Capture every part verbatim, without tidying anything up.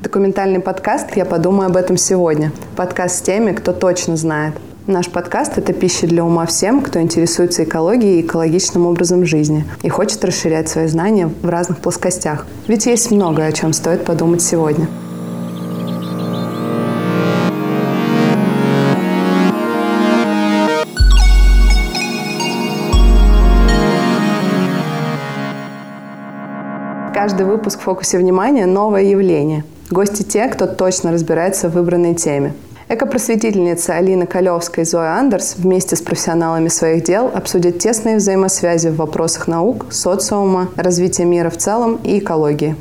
документальный подкаст «Я подумаю об этом сегодня». Подкаст с теми, кто точно знает. Наш подкаст – это пища для ума всем, кто интересуется экологией и экологичным образом жизни и хочет расширять свои знания в разных плоскостях. Ведь есть многое, о чем стоит подумать сегодня. Каждый выпуск в фокусе внимания – новое явление. Гости те, кто точно разбирается в выбранной теме. Экопросветительница Алина Колевская и Зоя Андерс вместе с профессионалами своих дел обсудят тесные взаимосвязи в вопросах наук, социума, развития мира в целом и экологии.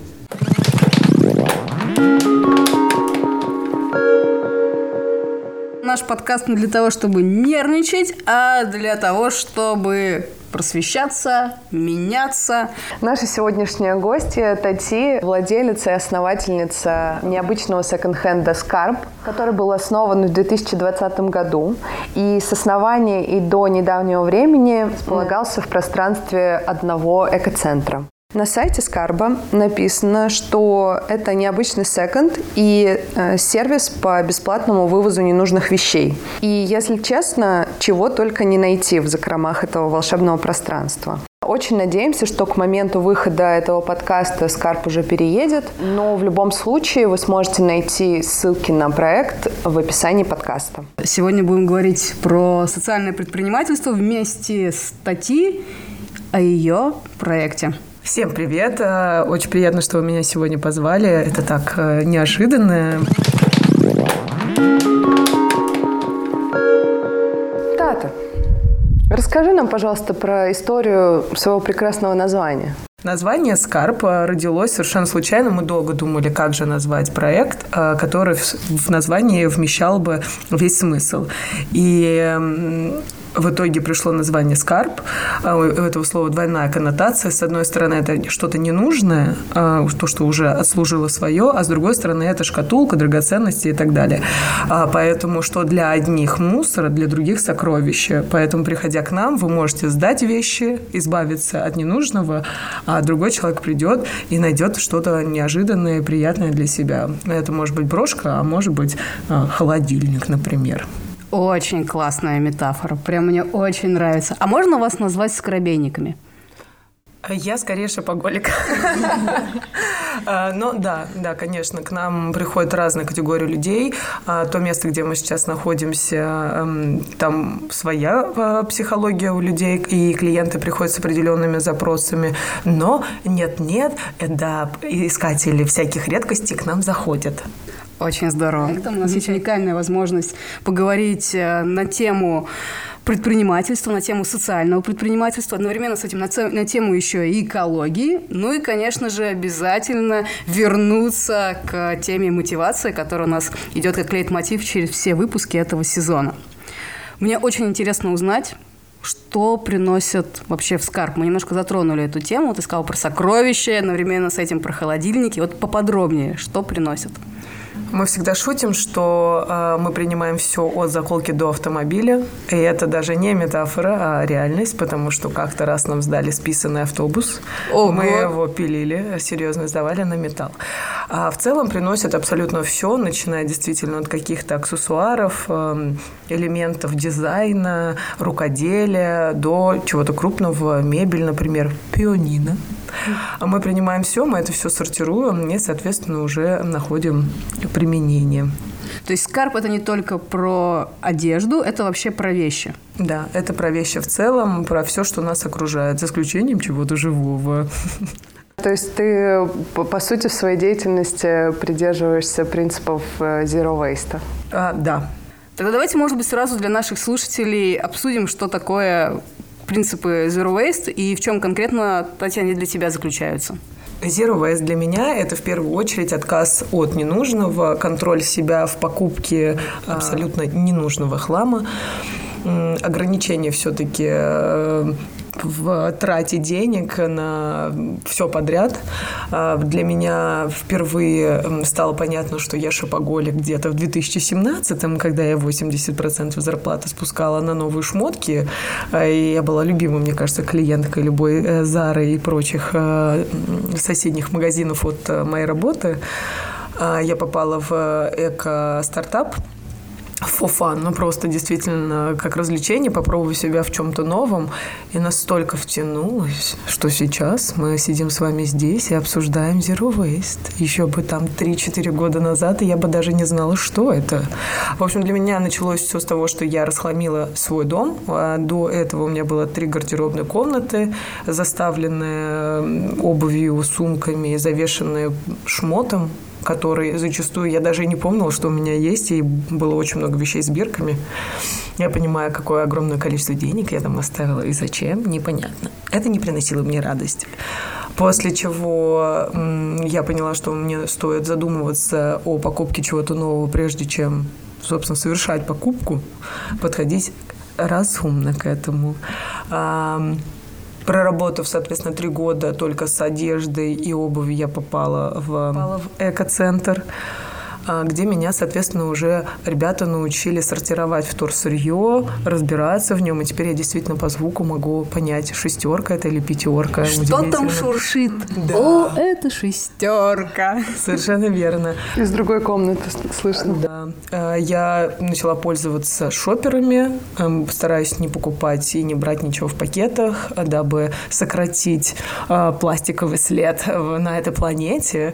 Наш подкаст не для того, чтобы нервничать, а для того, чтобы просвещаться, меняться. Наша сегодняшняя гостья Тати, владелица и основательница необычного секонд-хенда «Скарб», который был основан в две тысячи двадцатом году и с основания и до недавнего времени располагался в пространстве одного экоцентра. На сайте «Скарба» написано, что это необычный секонд и э, сервис по бесплатному вывозу ненужных вещей. И, если честно, чего только не найти в закромах этого волшебного пространства. Очень надеемся, что к моменту выхода этого подкаста «Скарб» уже переедет, но в любом случае вы сможете найти ссылки на проект в описании подкаста. Сегодня будем говорить про социальное предпринимательство вместе с Тати о ее проекте. Всем привет! Очень приятно, что вы меня сегодня позвали. Это так неожиданно. Тата, расскажи нам, пожалуйста, про историю своего прекрасного названия. Название «Скарб» родилось совершенно случайно. Мы долго думали, как же назвать проект, который в названии вмещал бы весь смысл. И в итоге пришло название «Скарб». У этого слова двойная коннотация. С одной стороны, это что-то ненужное, то, что уже отслужило свое, а с другой стороны, это шкатулка, драгоценности и так далее. Поэтому, что для одних мусор, а для других сокровища. Поэтому, приходя к нам, вы можете сдать вещи, избавиться от ненужного, а другой человек придет и найдет что-то неожиданное и приятное для себя. Это может быть брошка, а может быть холодильник, например. Очень классная метафора. Прям мне очень нравится. А можно вас назвать скоробейниками? Я скорее шопоголик. Но да, да, конечно, к нам приходят разные категории людей. То место, где мы сейчас находимся, там своя психология у людей, и клиенты приходят с определенными запросами. Но нет-нет, да, искатели всяких редкостей к нам заходят. Очень здорово. У нас есть уникальная возможность поговорить на тему предпринимательства, на тему социального предпринимательства, одновременно с этим на, ц... на тему еще и экологии, ну и, конечно же, обязательно вернуться к теме мотивации, которая у нас идет как лейтмотив через все выпуски этого сезона. Мне очень интересно узнать, что приносят вообще в «Скарб». Мы немножко затронули эту тему. Ты сказал про сокровища, одновременно с этим про холодильники. Вот поподробнее, что приносят? Мы всегда шутим, что э, мы принимаем все от заколки до автомобиля. И это даже не метафора, а реальность, потому что как-то раз нам сдали списанный автобус. Ого. Мы его пилили, серьезно сдавали на металл. А в целом приносят абсолютно все, начиная действительно от каких-то аксессуаров, э, элементов дизайна, рукоделия, до чего-то крупного, мебель, например, пианино. Мы принимаем все, мы это все сортируем и, соответственно, уже находим применение. То есть «Скарб» – это не только про одежду, это вообще про вещи. Да, это про вещи в целом, про все, что нас окружает, за исключением чего-то живого. То есть ты, по сути, в своей деятельности придерживаешься принципов Zero Waste? А, да. Тогда давайте, может быть, сразу для наших слушателей обсудим, что такое принципы Zero Waste и в чем конкретно, Татьяна, они для тебя заключаются. Zero Waste для меня – это в первую очередь отказ от ненужного, контроль себя в покупке абсолютно ненужного хлама, ограничение все-таки в трате денег на все подряд. Для меня впервые стало понятно, что я шопоголик где-то в две тысячи семнадцатом, когда я восемьдесят процентов зарплаты спускала на новые шмотки. И я была любимой, мне кажется, клиенткой любой Зары и прочих соседних магазинов от моей работы. я попала в эко-стартап. For fun, ну просто действительно как развлечение, попробую себя в чем-то новом. И настолько втянулась, что сейчас мы сидим с вами здесь и обсуждаем Zero Waste. Еще бы там три-четыре года назад, и я бы даже не знала, что это. В общем, для меня началось все с того, что я расхламила свой дом. До этого у меня было три гардеробные комнаты, заставленные обувью, сумками, завешенные шмотом, который зачастую я даже и не помнила, что у меня есть, и было очень много вещей с бирками. Я понимаю, какое огромное количество денег я там оставила и зачем, непонятно. Это не приносило мне радости. После чего м, я поняла, что мне стоит задумываться о покупке чего-то нового, прежде чем, собственно, совершать покупку, подходить разумно к этому. Проработав, соответственно, три года только с одеждой и обувью, я попала в, попала в эко-центр, где меня, соответственно, уже ребята научили сортировать вторсырье, разбираться в нем. И теперь я действительно по звуку могу понять, шестерка это или пятерка. Что там шуршит? Да. О, это шестерка. Совершенно верно. Из другой комнаты слышно. Да. Я начала пользоваться шопперами, стараюсь не покупать и не брать ничего в пакетах, дабы сократить пластиковый след на этой планете.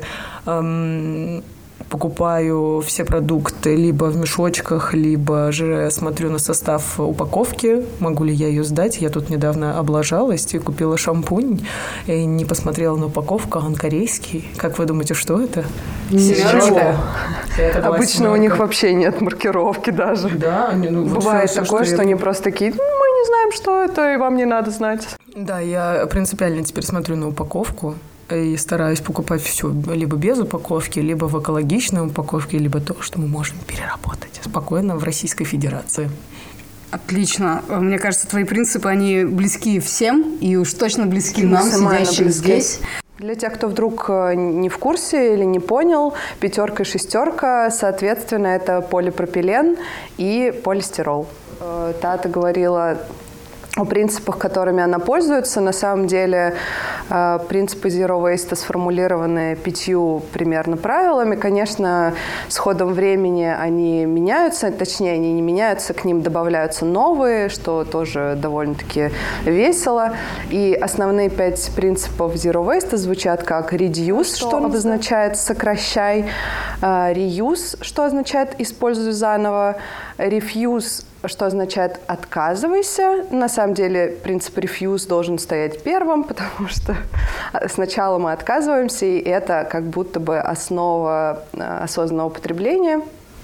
Покупаю все продукты либо в мешочках, либо же смотрю на состав упаковки, могу ли я ее сдать. Я тут недавно облажалась и купила шампунь, и не посмотрела на упаковку, он корейский. Как вы думаете, что это? Семерочка. Обычно у них вообще нет маркировки даже. Да, ну, бывает все, такое, что, что я... они просто такие, мы не знаем, что это, и вам не надо знать. Да, я принципиально теперь смотрю на упаковку. И стараюсь покупать все либо без упаковки, либо в экологичной упаковке, либо то, что мы можем переработать спокойно в Российской Федерации. Отлично. Мне кажется, твои принципы, они близки всем, и уж точно близки нам, сидящим здесь. Для тех, кто вдруг не в курсе или не понял, пятерка и шестерка, соответственно, это полипропилен и полистирол. Тата говорила о принципах, которыми она пользуется. На самом деле принципы Zero Waste сформулированы пятью примерно правилами. Конечно, с ходом времени они меняются, точнее, они не меняются, к ним добавляются новые, что тоже довольно-таки весело. И основные пять принципов Zero Waste звучат как reduce, что, что обозначает сокращай, reuse, что означает используй заново, refuse, что означает «отказывайся». На самом деле принцип refuse должен стоять первым, потому что сначала мы отказываемся, и это как будто бы основа осознанного потребления.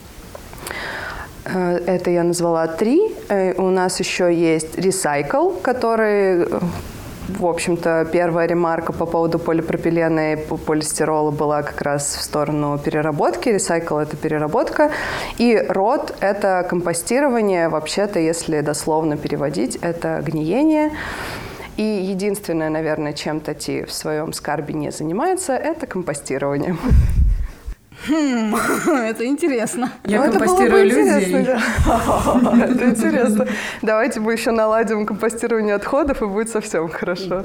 Это я назвала три. У нас еще есть recycle, который... В общем-то, первая ремарка по поводу полипропилена и полистирола была как раз в сторону переработки. Ресайкл – это переработка. И род – это компостирование. Вообще-то, если дословно переводить, это гниение. И единственное, наверное, чем Тати в своем скарбе не занимается – это компостированием. Хм, это интересно. Я ну, компостирую людей. Да. Это интересно. Давайте мы еще наладим компостирование отходов, и будет совсем хорошо.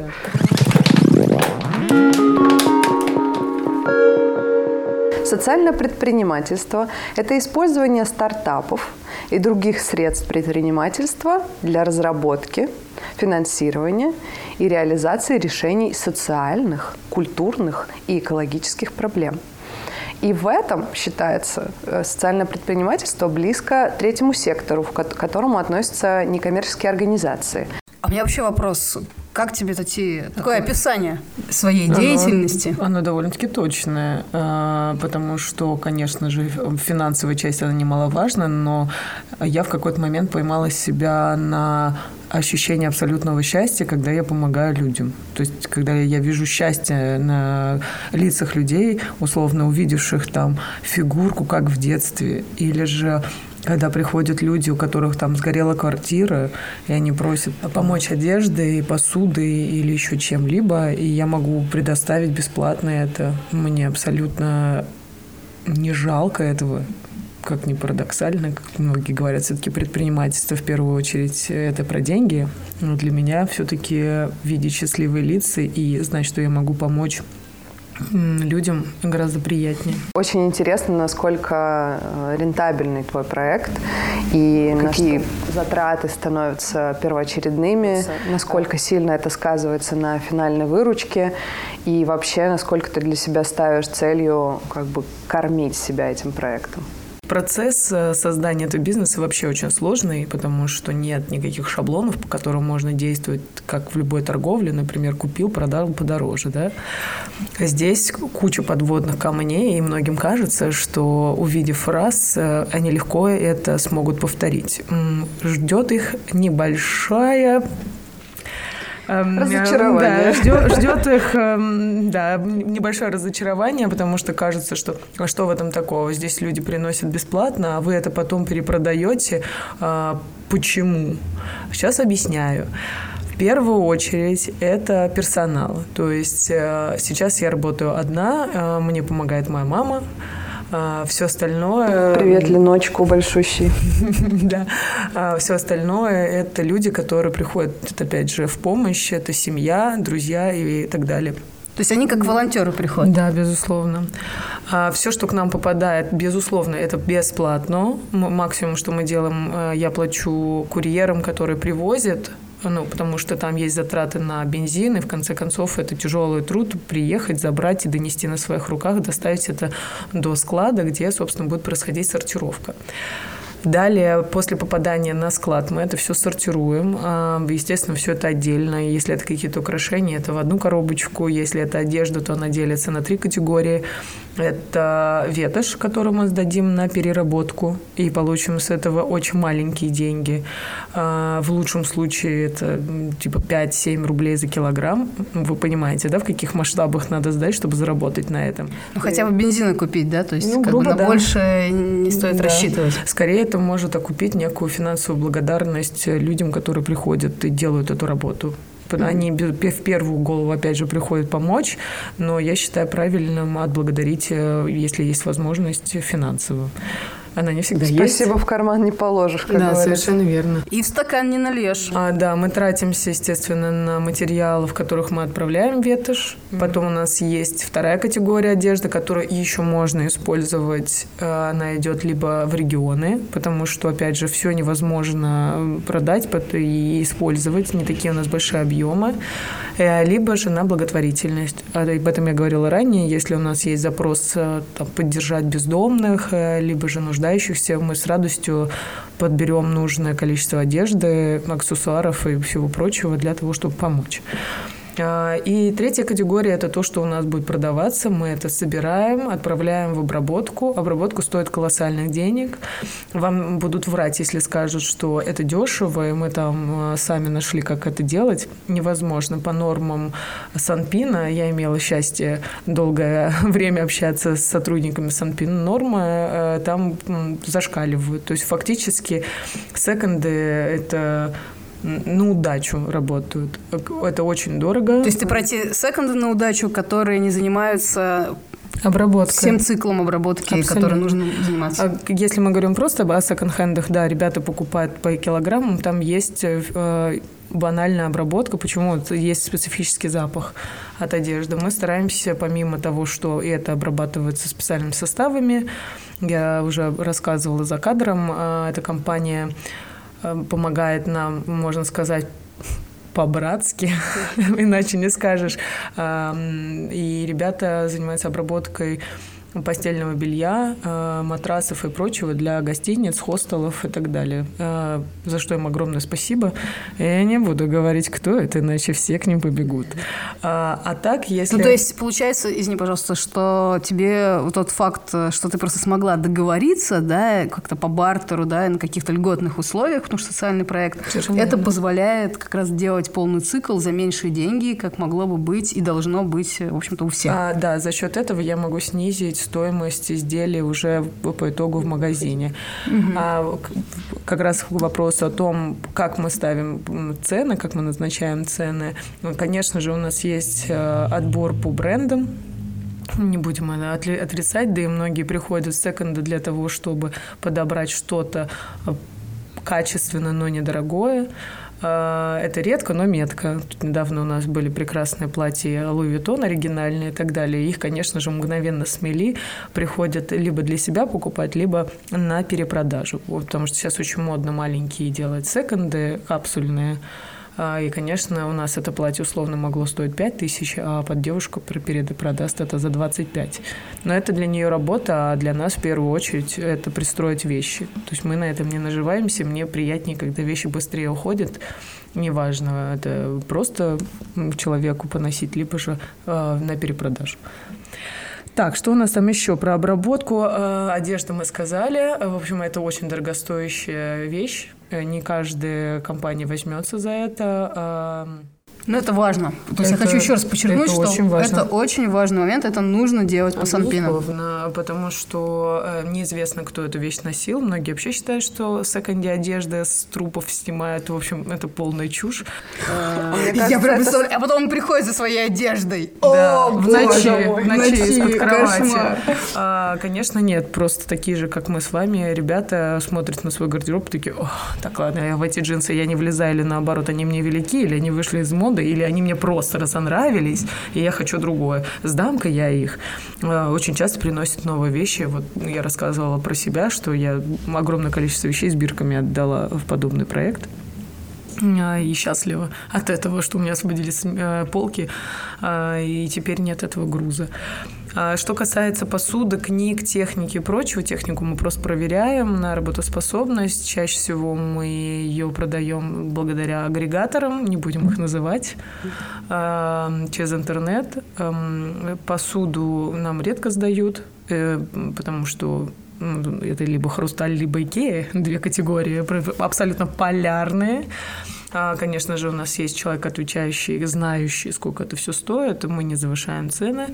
Социальное предпринимательство – это использование стартапов и других средств предпринимательства для разработки, финансирования и реализации решений социальных, культурных и экологических проблем. И в этом, считается, социальное предпринимательство близко третьему сектору, к которому относятся некоммерческие организации. А у меня вообще вопрос. Как тебе, Тати, такое описание своей деятельности? Оно, оно довольно-таки точное, потому что, конечно же, финансовая часть, она немаловажна, но я в какой-то момент поймала себя на ощущение абсолютного счастья, когда я помогаю людям. То есть, когда я вижу счастье на лицах людей, условно увидевших там фигурку, как в детстве, или же когда приходят люди, у которых там сгорела квартира, и они просят помочь одеждой, посудой или еще чем-либо, и я могу предоставить бесплатно это. Мне абсолютно не жалко этого. Как ни парадоксально, как многие говорят, все-таки предпринимательство в первую очередь это про деньги. Но для меня все-таки видеть счастливые лица и знать, что я могу помочь людям гораздо приятнее. Очень интересно, насколько рентабельный твой проект и какие затраты становятся первоочередными, насколько сильно это сказывается на финальной выручке и вообще, насколько ты для себя ставишь целью как бы кормить себя этим проектом. Процесс создания этого бизнеса вообще очень сложный, потому что нет никаких шаблонов, по которым можно действовать, как в любой торговле, например, купил, продал подороже, да. Здесь куча подводных камней, и многим кажется, что, увидев раз, они легко это смогут повторить. Ждет их небольшая... Разочарование. Да, ждет, ждет их да, небольшое разочарование, потому что кажется, что а что в этом такого? Здесь люди приносят бесплатно, а вы это потом перепродаете. А, почему? Сейчас объясняю. В первую очередь это персонал. То есть сейчас я работаю одна, мне помогает моя мама. А, все остальное... Привет, Леночку большущий. Да. А все остальное – это люди, которые приходят, опять же, в помощь. Это семья, друзья и так далее. То есть они как волонтеры приходят? Да, безусловно. А все, что к нам попадает, безусловно, это бесплатно. Максимум, что мы делаем, я плачу курьерам, которые привозят. Ну, потому что там есть затраты на бензин, и в конце концов это тяжелый труд приехать, забрать и донести на своих руках, доставить это до склада, где, собственно, будет происходить сортировка. Далее, после попадания на склад, мы это все сортируем. Естественно, все это отдельно. Если это какие-то украшения, это в одну коробочку. Если это одежда, то она делится на три категории. Это ветошь, которую мы сдадим на переработку и получим с этого очень маленькие деньги. В лучшем случае это типа пять-семь рублей за килограмм. Вы понимаете, да, в каких масштабах надо сдать, чтобы заработать на этом? Ну, хотя бы бензина купить, да? То есть ну, как грубо, бы на да. больше не стоит да. рассчитывать. Скорее, это может окупить некую финансовую благодарность людям, которые приходят и делают эту работу. Они в первую голову, опять же, приходят помочь, но я считаю правильным отблагодарить, если есть возможность, финансово. Она не всегда Спасибо, есть. Спасибо в карман не положишь, как да, говорится. совершенно верно. И в стакан не нальешь. А, да, мы тратимся, естественно, на материалы, в которых мы отправляем ветошь. Mm-hmm. Потом у нас есть вторая категория одежды, которую еще можно использовать. Она идет либо в регионы, потому что, опять же, все невозможно продать и использовать. Не такие у нас большие объемы. Либо же на благотворительность. Об этом я говорила ранее. Если у нас есть запрос там, поддержать бездомных, либо же нуждающихся, мы с радостью подберем нужное количество одежды, аксессуаров и всего прочего для того, чтобы помочь. И третья категория – это то, что у нас будет продаваться. Мы это собираем, отправляем в обработку. Обработка стоит колоссальных денег. Вам будут врать, если скажут, что это дешево, и мы там сами нашли, как это делать. Невозможно. По нормам Санпина, я имела счастье долгое время общаться с сотрудниками Санпина, нормы там зашкаливают. То есть фактически секонды – это... на удачу работают. Это очень дорого. То есть ты про те секонды на удачу, которые не занимаются обработкой. Всем циклом обработки, абсолютно, которым нужно заниматься. Если мы говорим просто о секонд-хендах, да, ребята покупают по килограммам, там есть э, банальная обработка. Почему? Есть специфический запах от одежды. Мы стараемся, помимо того, что это обрабатывается специальными составами, я уже рассказывала за кадром, э, эта компания помогает нам, можно сказать, по-братски, иначе не скажешь. И ребята занимаются обработкой постельного белья, матрасов и прочего для гостиниц, хостелов и так далее. За что им огромное спасибо. Я не буду говорить, кто это, иначе все к ним побегут. А так, если... Ну, то есть, получается, извини, пожалуйста, что тебе вот тот факт, что ты просто смогла договориться, да, как-то по бартеру, да, на каких-то льготных условиях, потому что социальный проект, совершенно это верно. Позволяет как раз делать полный цикл за меньшие деньги, как могло бы быть и должно быть, в общем-то, у всех. А, да, за счет этого я могу снизить стоимость изделий уже по итогу в магазине. Угу. А, как раз к вопросу о том, как мы ставим цены, как мы назначаем цены. Конечно же, у нас есть отбор по брендам. Не будем это отрицать, да и многие приходят в секонды для того, чтобы подобрать что-то качественно, но недорогое. Это редко, но метко. Тут недавно у нас были прекрасные платья Луи Виттон оригинальные и так далее. Их, конечно же, мгновенно смели, приходят либо для себя покупать, либо на перепродажу. Вот, потому что сейчас очень модно маленькие делать секонды, капсульные. И, конечно, у нас это платье условно могло стоить пять тысяч, а под девушку перепродаст это за двадцать пять. Но это для нее работа, а для нас в первую очередь это пристроить вещи. То есть мы на этом не наживаемся, мне приятнее, когда вещи быстрее уходят. Неважно, это просто человеку поносить, либо же э, на перепродажу. Так, что у нас там еще? Про обработку э, одежды мы сказали. В общем, это очень дорогостоящая вещь. Не каждая компания возьмется за это. Но это важно. То есть это, я хочу еще раз подчеркнуть, это что очень это очень важный момент, это нужно делать по Санпину. Безусловно, потому что э, неизвестно, кто эту вещь носил. Многие вообще считают, что в секонде одежды с трупов снимают. В общем, это полная чушь. Я прям представляю, а потом он приходит за своей одеждой. Да, в ночи, в ночи из-под кровати. Конечно, нет. Просто такие же, как мы с вами, ребята смотрят на свой гардероб и такие: так, ладно, в эти джинсы я не влезаю, или наоборот, они мне велики, или они вышли из моды, или они мне просто разонравились, и я хочу другое. Сдам-ка я их. Очень часто приносят новые вещи. Вот я рассказывала про себя, что я огромное количество вещей с бирками отдала в подобный проект. И счастлива от этого, что у меня освободились полки, и теперь нет этого груза. Что касается посуды, книг, техники и прочего, технику мы просто проверяем на работоспособность. Чаще всего мы ее продаем благодаря агрегаторам, не будем их называть, через интернет. Посуду нам редко сдают, потому что это либо Хрусталь, либо Икея, две категории, абсолютно полярные. Конечно же, у нас есть человек, отвечающий, знающий, сколько это все стоит, и мы не завышаем цены.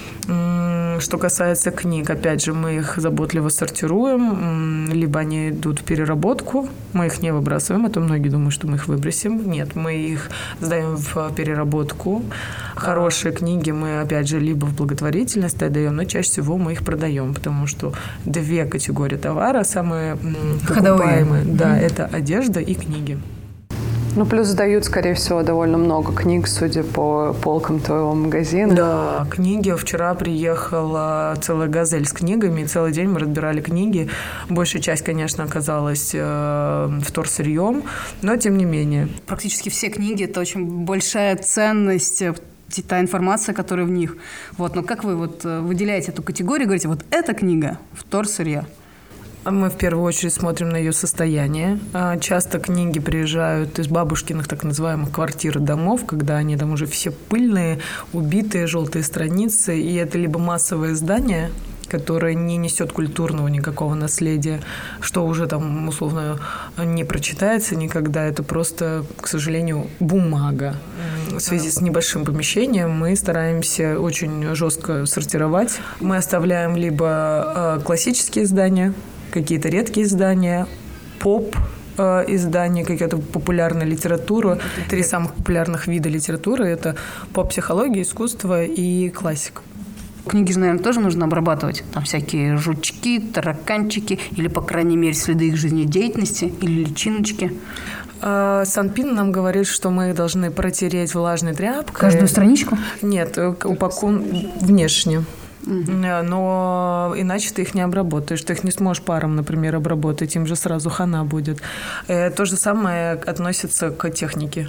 Что касается книг, опять же, мы их заботливо сортируем, либо они идут в переработку, мы их не выбрасываем, а то многие думают, что мы их выбросим. Нет, мы их сдаем в переработку. Хорошие книги мы, опять же, либо в благотворительность отдаем, но чаще всего мы их продаем, потому что две категории товара самые покупаемые, да, это одежда и книги. Ну, плюс сдают, скорее всего, довольно много книг, судя по полкам твоего магазина. Да, книги. Вчера приехала целая газель с книгами, и целый день мы разбирали книги. Большая часть, конечно, оказалась э, вторсырьем, но тем не менее. Практически все книги – это очень большая ценность, та информация, которая в них. Вот, но как вы вот выделяете эту категорию, говорите, вот эта книга – вторсырье? Мы в первую очередь смотрим на ее состояние. Часто книги приезжают из бабушкиных так называемых квартир и домов, когда они там уже все пыльные, убитые, желтые страницы. И это либо массовое издание, которое не несет культурного никакого наследия, что уже там условно не прочитается никогда. Это просто, к сожалению, бумага. В связи с небольшим помещением мы стараемся очень жестко сортировать. Мы оставляем либо классические издания, какие-то редкие издания, поп издания, какая-то популярная литература. Три самых популярных вида литературы – это поп-психология, искусство и классика. Книги же, наверное, тоже нужно обрабатывать. Там всякие жучки, тараканчики или, по крайней мере, следы их жизнедеятельности или личиночки. Санпин нам говорит, что мы их должны протереть влажной тряпкой. Каждую страничку? Нет, упакун внешне. Угу. Но иначе ты их не обработаешь. Ты их не сможешь паром, например, обработать. Им же сразу хана будет. То же самое относится к технике.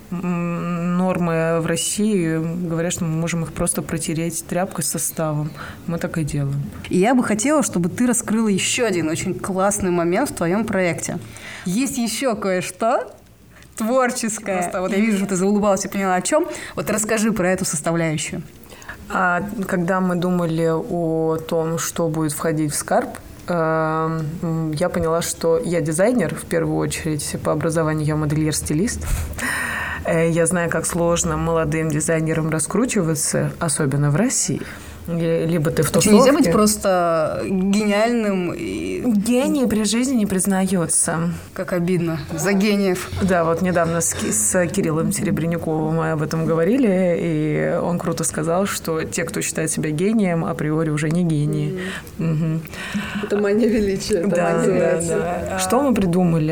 Нормы в России говорят, что мы можем их просто протереть тряпкой с составом. Мы так и делаем. И я бы хотела, чтобы ты раскрыла еще один очень классный момент в твоем проекте. Есть еще кое-что творческое. Просто вот я вижу, что ты заулыбалась и поняла, о чем. Вот расскажи про эту составляющую. А когда мы думали о том, что будет входить в Скарб, я поняла, что я дизайнер, в первую очередь, по образованию я модельер-стилист. Я знаю, как сложно молодым дизайнерам раскручиваться, особенно в России. Либо ты в тусовке. Нельзя быть просто гениальным. И... Гений при жизни не признается. Как обидно. За гениев. Да, вот недавно с, с Кириллом Серебрянюковым мы об этом говорили, и он круто сказал, что те, кто считает себя гением, априори уже не гении. Mm-hmm. Угу. Это мания величия. Да, да, да. Что мы придумали?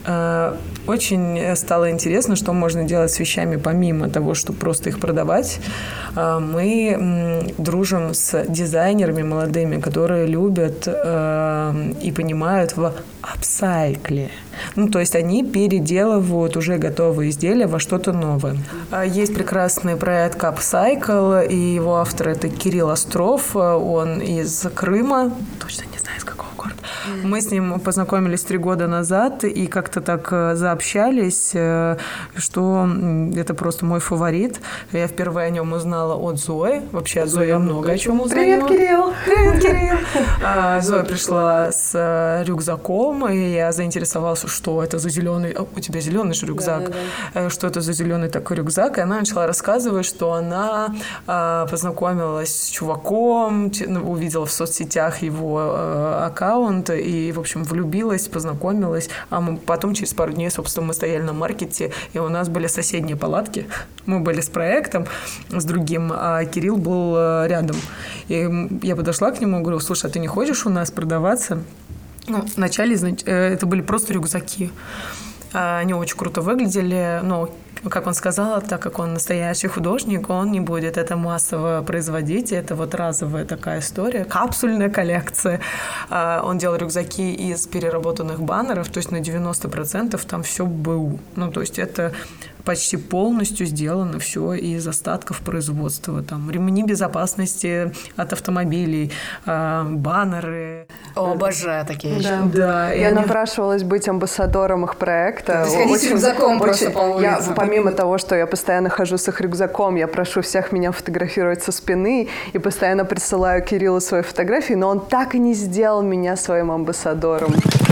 Очень стало интересно, что можно делать с вещами помимо того, чтобы просто их продавать. Мы дружим с дизайнерами молодыми, которые любят и понимают в апсайкле. Ну, то есть они переделывают уже готовые изделия во что-то новое. Есть прекрасный проект Upcycle, и его автор это Кирилл Остров. Он из Крыма. Точно не знаю, из какого города. Мы с ним познакомились три года назад и как-то так заобщались, что это просто мой фаворит. Я впервые о нем узнала от Зои. Вообще от Зои я много о чем узнала. Привет, Кирилл! Привет, Кирилл! А, Зоя пришла с рюкзаком, и я заинтересовалась, что это за зеленый... У тебя зеленый же рюкзак. Да, да, да. Что это за зеленый такой рюкзак? И она начала рассказывать, что она а, познакомилась с чуваком, увидела в соцсетях его а, аккаунт, и, в общем, влюбилась, познакомилась. А мы потом, через пару дней, собственно, мы стояли на маркете, и у нас были соседние палатки. Мы были с проектом, с другим, а Кирилл был рядом. И я подошла к нему и говорю: слушай, а ты не хочешь у нас продаваться? Ну, вначале это были просто рюкзаки. Они очень круто выглядели, но, как он сказал, так как он настоящий художник, он не будет это массово производить. Это вот разовая такая история, капсульная коллекция. Он делал рюкзаки из переработанных баннеров, то есть на девяносто процентов там все БУ. Ну, то есть это почти полностью сделано все из остатков производства. Там ремни безопасности от автомобилей, баннеры. О, обожаю такие вещи. Да. Да, Я они... напрашивалась быть амбассадором их проекта. Сходить с рюкзаком просто по улице. Я, помимо того, что я постоянно хожу с их рюкзаком, я прошу всех меня фотографировать со спины и постоянно присылаю Кириллу свои фотографии, но он так и не сделал меня своим амбассадором.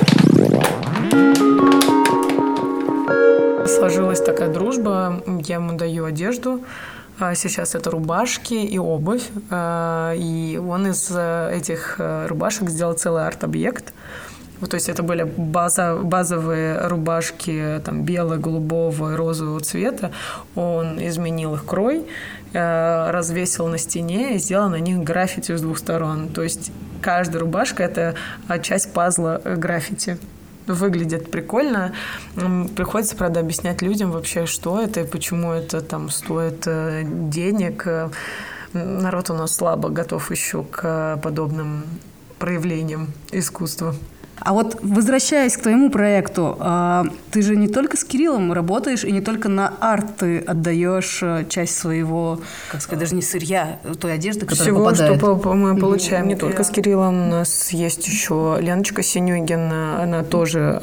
Сложилась такая дружба, я ему даю одежду, сейчас это рубашки и обувь, и он из этих рубашек сделал целый арт-объект. То есть это были база, базовые рубашки там, белого, голубого и розового цвета. Он изменил их крой, развесил на стене и сделал на них граффити с двух сторон. То есть каждая рубашка – это часть пазла граффити. Выглядит прикольно. Приходится, правда, объяснять людям вообще, что это и почему это там стоит денег. Народ у нас слабо готов еще к подобным проявлениям искусства. А вот возвращаясь к твоему проекту, ты же не только с Кириллом работаешь и не только на арт ты отдаешь часть своего, как сказать, даже не сырья, той одежды, которая Всего, попадает. Всего, что мы получаем не только с Кириллом. У нас есть еще Леночка Синюгина, она тоже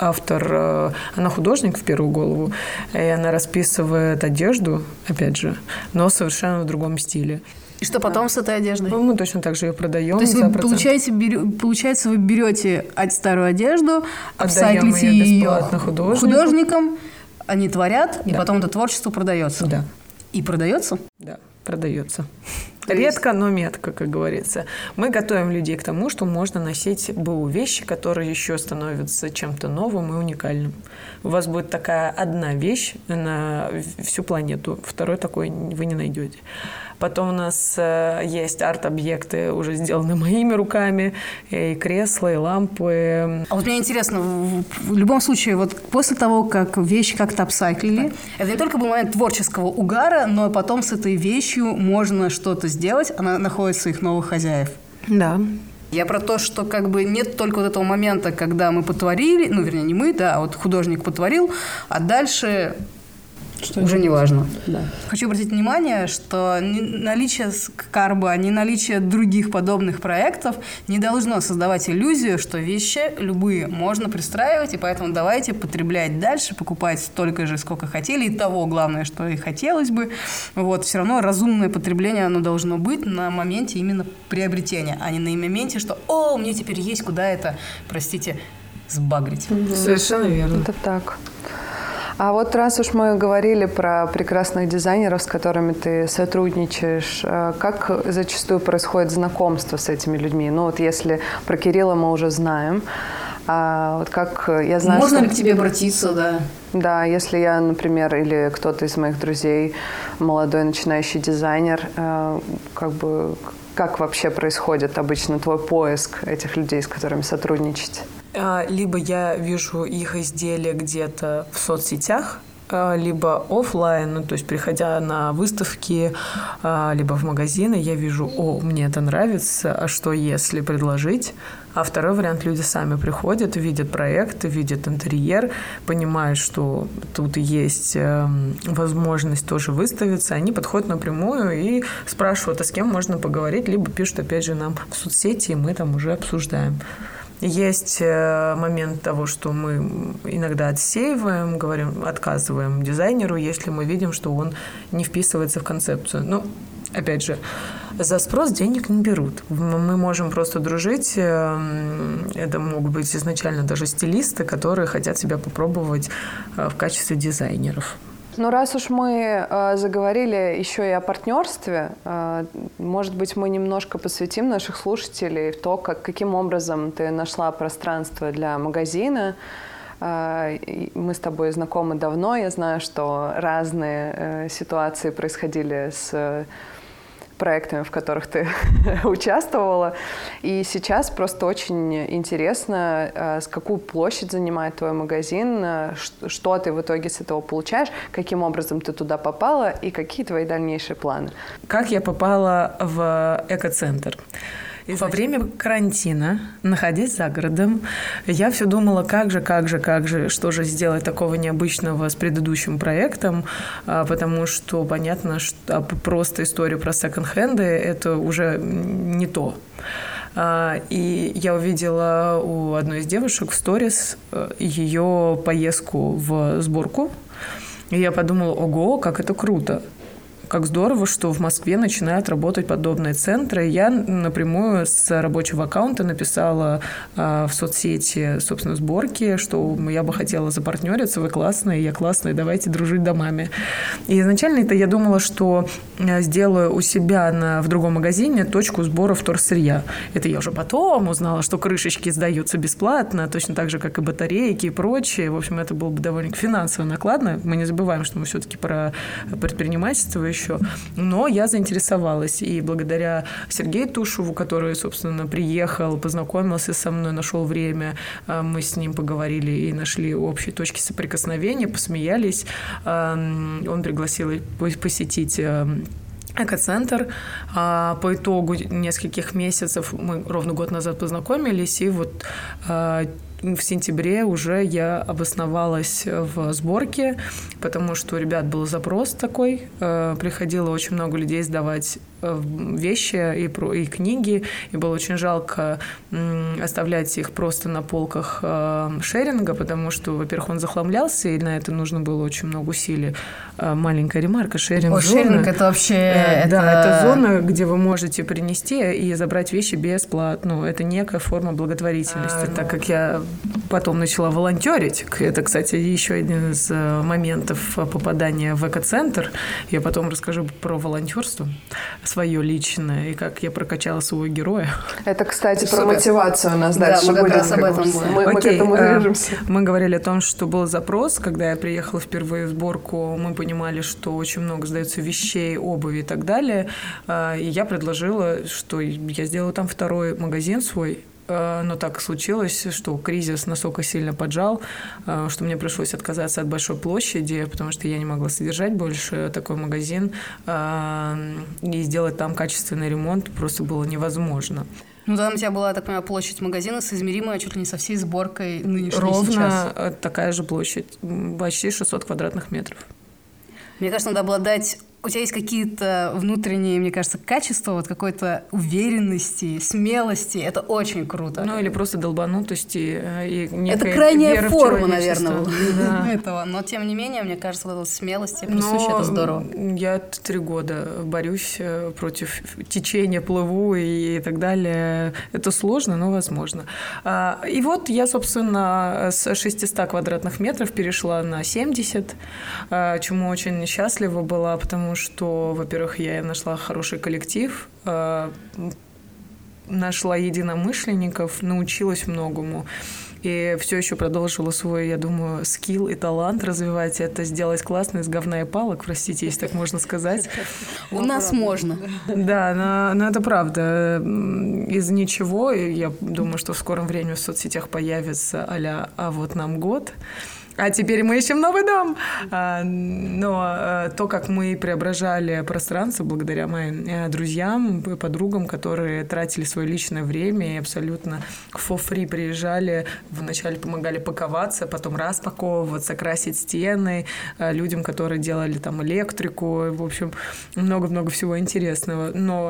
автор, она художник в первую голову, и она расписывает одежду, опять же, но совершенно в другом стиле. И что потом с этой одеждой? Мы точно так же ее продаем. То есть вы, получаете, берё, получается, вы берете старую одежду, апсайклите ее художникам, они творят, да. И потом это творчество продается. Да. И продается? Да, продается. Редко, но метко, как говорится. Мы готовим людей к тому, что можно носить БУ вещи, которые еще становятся чем-то новым и уникальным. У вас будет такая одна вещь на всю планету, второй такой вы не найдете. Потом у нас э, есть арт-объекты, уже сделаны моими руками, и кресла, и лампы. А вот мне интересно, в, в любом случае, вот после того, как вещи как-то апсайклили, это не только был момент творческого угара, но потом с этой вещью можно что-то сделать, она находит своих новых хозяев. Да. Я про то, что как бы нет только вот этого момента, когда мы потворили, ну, вернее, не мы, да, а вот художник потворил, а дальше... Что уже не важно. Да. Хочу обратить внимание, что наличие Скарба, не наличие других подобных проектов не должно создавать иллюзию, что вещи любые можно пристраивать, и поэтому давайте потреблять дальше, покупать столько же, сколько хотели, и того, главное, что и хотелось бы. Вот, все равно разумное потребление, оно должно быть на моменте именно приобретения, а не на моменте, что «О, у меня теперь есть куда это, простите, сбагрить». Mm-hmm. Совершенно верно. Это так. А вот раз уж мы говорили про прекрасных дизайнеров, с которыми ты сотрудничаешь, как зачастую происходит знакомство с этими людьми? Ну вот если про Кирилла мы уже знаем, а вот как я знаю, можно что... ли к тебе обратиться, да? Да, если я, например, или кто-то из моих друзей, молодой начинающий дизайнер, как бы как вообще происходит обычно твой поиск этих людей, с которыми сотрудничать? Либо я вижу их изделия где-то в соцсетях, либо офлайн, ну, то есть приходя на выставки, либо в магазины, я вижу, о, мне это нравится, а что если предложить? А второй вариант, люди сами приходят, видят проект, видят интерьер, понимают, что тут есть возможность тоже выставиться, они подходят напрямую и спрашивают, а с кем можно поговорить, либо пишут, опять же, нам в соцсети, и мы там уже обсуждаем. Есть момент того, что мы иногда отсеиваем, говорим, отказываем дизайнеру, если мы видим, что он не вписывается в концепцию. Ну, опять же, за спрос денег не берут. Мы можем просто дружить. Это могут быть изначально даже стилисты, которые хотят себя попробовать в качестве дизайнеров. Ну, раз уж мы э, заговорили еще и о партнерстве, э, может быть, мы немножко посвятим наших слушателей в то, как, каким образом ты нашла пространство для магазина. Э, мы с тобой знакомы давно, я знаю, что разные э, ситуации происходили с проектами, в которых ты участвовала. И сейчас просто очень интересно, с какую площадь занимает твой магазин, что ты в итоге с этого получаешь, каким образом ты туда попала и какие твои дальнейшие планы. Как я попала в экоцентр? И во время карантина, находясь за городом, я все думала, как же, как же, как же, что же сделать такого необычного с предыдущим проектом, потому что понятно, что просто история про секонд-хенды – это уже не то. И я увидела у одной из девушек в сторис ее поездку в сборку, и я подумала, ого, как это круто. Как здорово, что в Москве начинают работать подобные центры. Я напрямую с рабочего аккаунта написала э, в соцсети, собственно, сборки, что я бы хотела запартнериться, вы классные, я классная, давайте дружить домами. И изначально это я думала, что сделаю у себя на, в другом магазине точку сбора вторсырья. Это я уже потом узнала, что крышечки сдаются бесплатно, точно так же, как и батарейки и прочее. В общем, это было бы довольно финансово накладно. Мы не забываем, что мы все-таки про предпринимательство еще. Но я заинтересовалась, и благодаря Сергею Тушеву, который, собственно, приехал, познакомился со мной, нашел время, мы с ним поговорили и нашли общие точки соприкосновения, посмеялись. Он пригласил посетить экоцентр. По итогу нескольких месяцев мы ровно год назад познакомились, и вот в сентябре уже я обосновалась в сборке, потому что у ребят был запрос такой. Приходило очень много людей сдавать вещи и, про, и книги, и было очень жалко оставлять их просто на полках шеринга, потому что, во-первых, он захламлялся, и на это нужно было очень много усилий. Маленькая ремарка, шеринг-зона. О, шеринг – это вообще… Э, это... Да, это зона, где вы можете принести и забрать вещи бесплатно. Ну, это некая форма благотворительности, а, так как я потом начала волонтерить. Это, кстати, еще один из моментов попадания в экоцентр. Я потом расскажу про волонтерство свое личное и как я прокачала своего героя. Это, кстати, про мотивацию у нас дальше да, мы будет. Как раз об этом будем. Мы, мы к этому движемся. Мы говорили о том, что был запрос. Когда я приехала впервые в сборку, мы понимали, что очень много сдается вещей, обуви и так далее. И я предложила, что я сделаю там второй магазин свой. Но так случилось, что кризис настолько сильно поджал, что мне пришлось отказаться от большой площади, потому что я не могла содержать больше такой магазин, и сделать там качественный ремонт просто было невозможно. Ну, там у тебя была, так понимаю, площадь магазина, соизмеримая чуть ли не со всей сборкой нынешней Ровно сейчас. Ровно такая же площадь, почти шестьсот квадратных метров. Мне кажется, надо обладать... У тебя есть какие-то внутренние, мне кажется, качества, вот какой-то уверенности, смелости. Это очень круто. Ну, или просто долбанутости и некой Это крайняя веры форма, наверное, да. этого. Но, тем не менее, мне кажется, вот эта смелость присуща, это здорово. Я три года борюсь против течения, плыву и так далее. Это сложно, но возможно. И вот я, собственно, с шестисот квадратных метров перешла на семьдесят, чему очень счастлива была, потому что, во-первых, я нашла хороший коллектив, нашла единомышленников, научилась многому. И все еще продолжила свой, я думаю, скилл и талант развивать. Это сделать классно из говна и палок, простите, если так можно сказать. У нас можно. Да, но, но это правда. Из ничего, я думаю, что в скором времени в соцсетях появится а-ля «А вот нам год». А теперь мы ищем новый дом. Но то, как мы преображали пространство благодаря моим друзьям, подругам, которые тратили свое личное время и абсолютно for free приезжали, вначале помогали паковаться, потом распаковываться, красить стены, людям, которые делали там электрику, в общем, много-много всего интересного. Но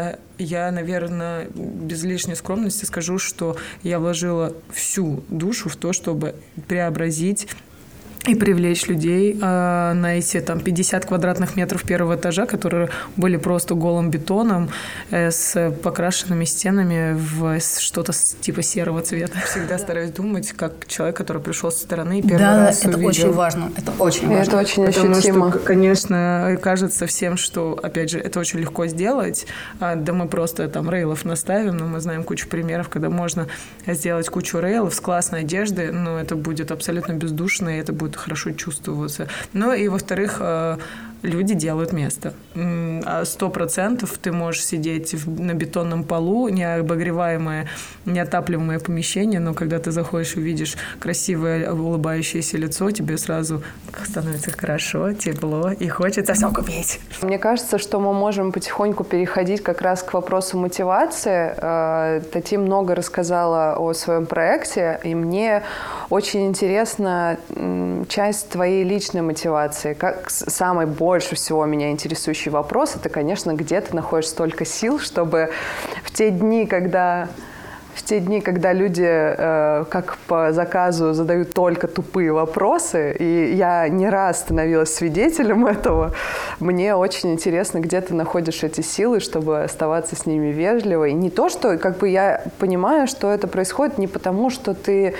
я, наверное, без лишней скромности скажу, что я вложила всю душу в то, чтобы преобразить и привлечь людей э, на эти там пятьдесят квадратных метров первого этажа, которые были просто голым бетоном э, с покрашенными стенами в что-то типа серого цвета. Всегда стараюсь думать, как человек, который пришел со стороны и первый да, раз это увидел. очень важно. Это очень важно. Это очень Потому ощутимо. что, конечно, кажется всем, что, опять же, это очень легко сделать. А, да мы просто там рейлов наставим, но мы знаем кучу примеров, когда можно сделать кучу рейлов с классной одеждой, но это будет абсолютно бездушно, и это будет хорошо чувствоваться. Ну и, во-вторых, люди делают место. Сто процентов ты можешь сидеть на бетонном полу, необогреваемое, неотапливаемое помещение, но когда ты заходишь и видишь красивое улыбающееся лицо, тебе сразу становится хорошо, тепло, и хочется все купить. Мне кажется, что мы можем потихоньку переходить как раз к вопросу мотивации. Тати много рассказала о своем проекте, и мне очень интересна часть твоей личной мотивации. Как самый больше всего меня интересующий вопрос, это, конечно, где ты находишь столько сил, чтобы в те дни, когда... В те дни, когда люди, э, как по заказу, задают только тупые вопросы, и я не раз становилась свидетелем этого, мне очень интересно, где ты находишь эти силы, чтобы оставаться с ними вежливой. И не то, что как бы я понимаю, что это происходит не потому, что ты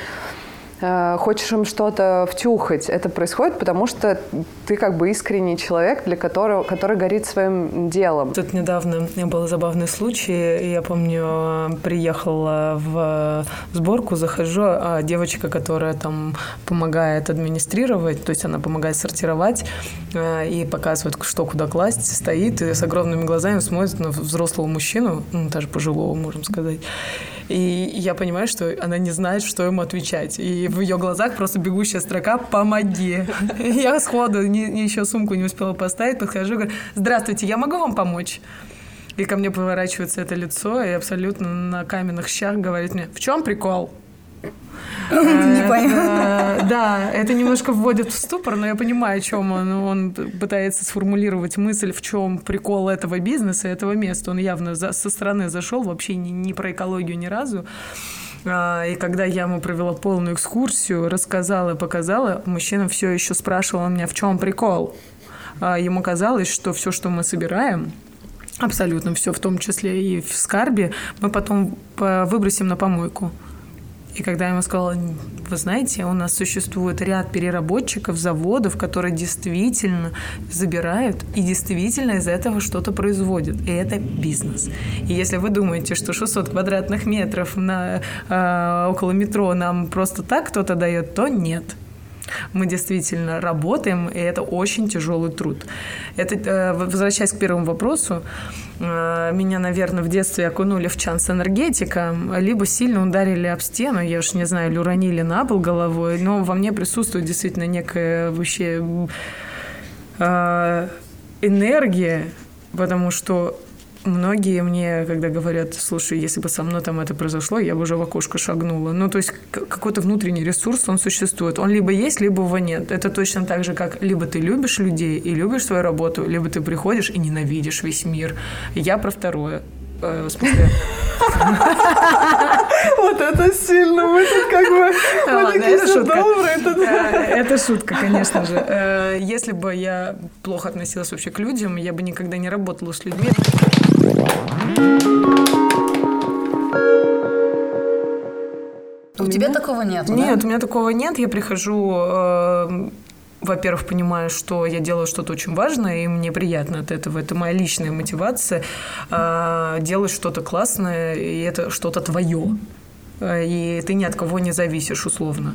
хочешь им что-то втюхать. Это происходит, потому что ты как бы искренний человек, для которого, который горит своим делом. Тут недавно был забавный случай. Я помню, приехала в сборку, захожу, а девочка, которая там помогает администрировать, то есть она помогает сортировать и показывает, что куда класть, стоит и с огромными глазами смотрит на взрослого мужчину, ну, даже пожилого, можем сказать. И я понимаю, что она не знает, что ему отвечать. И в ее глазах просто бегущая строка «Помоги». Я сходу не, еще сумку не успела поставить, подхожу и говорю: «Здравствуйте, я могу вам помочь?» И ко мне поворачивается это лицо и абсолютно на каменных щах говорит мне: «В чем прикол?» Непонятно. Да, это немножко вводит в ступор, но я понимаю, о чем он. Он пытается сформулировать мысль, в чем прикол этого бизнеса, этого места. Он явно со стороны зашел, вообще не про экологию ни разу. И когда я ему провела полную экскурсию, рассказала и показала, мужчина все еще спрашивал меня, в чем прикол. Ему казалось, что все, что мы собираем, абсолютно все, в том числе и в скарбе, мы потом выбросим на помойку. И когда я ему сказала: вы знаете, у нас существует ряд переработчиков, заводов, которые действительно забирают и действительно из этого что-то производят. И это бизнес. И если вы думаете, что шестьсот квадратных метров на, э, около метро нам просто так кто-то дает, то нет. Мы действительно работаем, и это очень тяжелый труд. Это, возвращаясь к первому вопросу, меня, наверное, в детстве окунули в чан с энергетиком, либо сильно ударили об стену, я уж не знаю, или уронили на пол головой, но во мне присутствует действительно некая вообще энергия, потому что многие мне, когда говорят: слушай, если бы со мной там это произошло, я бы уже в окошко шагнула. Ну, то есть какой-то внутренний ресурс, он существует. Он либо есть, либо его нет. Это точно так же, как либо ты любишь людей и любишь свою работу, либо ты приходишь и ненавидишь весь мир. Я про второе. В смысле... Вот это сильно. Мы тут как бы... Это шутка. Это шутка, конечно же. Если бы я плохо относилась вообще к людям, я бы никогда не работала с людьми. У тебя такого нет? Нет, у меня такого нет. Я прихожу во-первых, понимаю, что я делаю что-то очень важное, и мне приятно от этого. Это моя личная мотивация э, делать что-то классное, и это что-то твое. И ты ни от кого не зависишь, условно.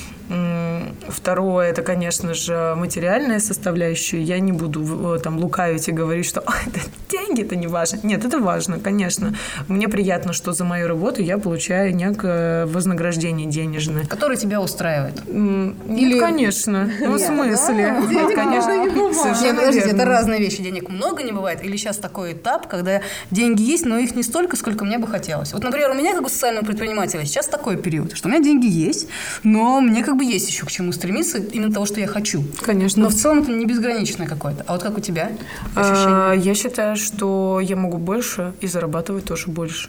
Второе, это, конечно же, материальная составляющая. Я не буду там лукавить и говорить, что это деньги, это не важно. Нет, это важно, конечно. Мне приятно, что за мою работу я получаю некое вознаграждение денежное. Которое тебя устраивает? Нет, Или... конечно. Ну, в смысле? Денег, конечно, не бывает. Нет, подождите, верно. Это разные вещи. Денег много не бывает? Или сейчас такой этап, когда деньги есть, но их не столько, сколько мне бы хотелось? Вот, например, у меня, как у социального предпринимателя, сейчас такой период, что у меня деньги есть, но мне как бы есть еще к чему стремиться, именно того, что я хочу. Конечно. Но в целом это не безграничное какое-то. А вот как у тебя ощущение? Я считаю, что я могу больше и зарабатывать тоже больше.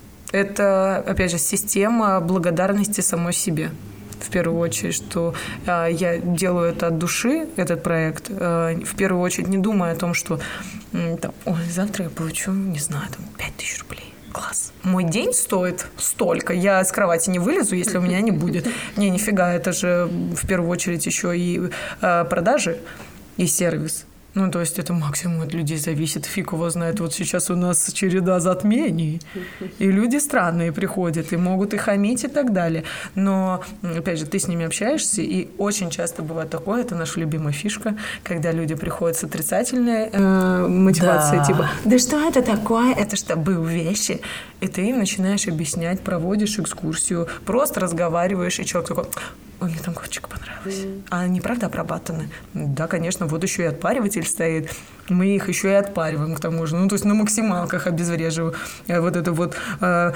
Это, опять же, система благодарности самой себе. В первую очередь, что э, я делаю это от души, этот проект, э, в первую очередь не думая о том, что э, там, ой, завтра я получу, не знаю, там, пять тысяч рублей. Класс. Мой день стоит столько. Я с кровати не вылезу, если у меня не будет. Не, нифига, это же в первую очередь еще и э, продажи, и сервис. Ну, то есть это максимум от людей зависит. Фиг его знает. Вот сейчас у нас череда затмений, и люди странные приходят, и могут и хамить, и так далее. Но, опять же, ты с ними общаешься, и очень часто бывает такое, это наша любимая фишка, когда люди приходят с отрицательной э, мотивацией, да. типа, да что это такое? Это что, был вещи? И ты им начинаешь объяснять, проводишь экскурсию, просто разговариваешь, и человек такой... Ой, мне там кофточка понравилась. Mm. А они, правда, обрабатаны? Да, конечно, вот еще и отпариватель стоит. Мы их еще и отпариваем к тому же. Ну, то есть на максималках обезвреживаю вот эту вот э,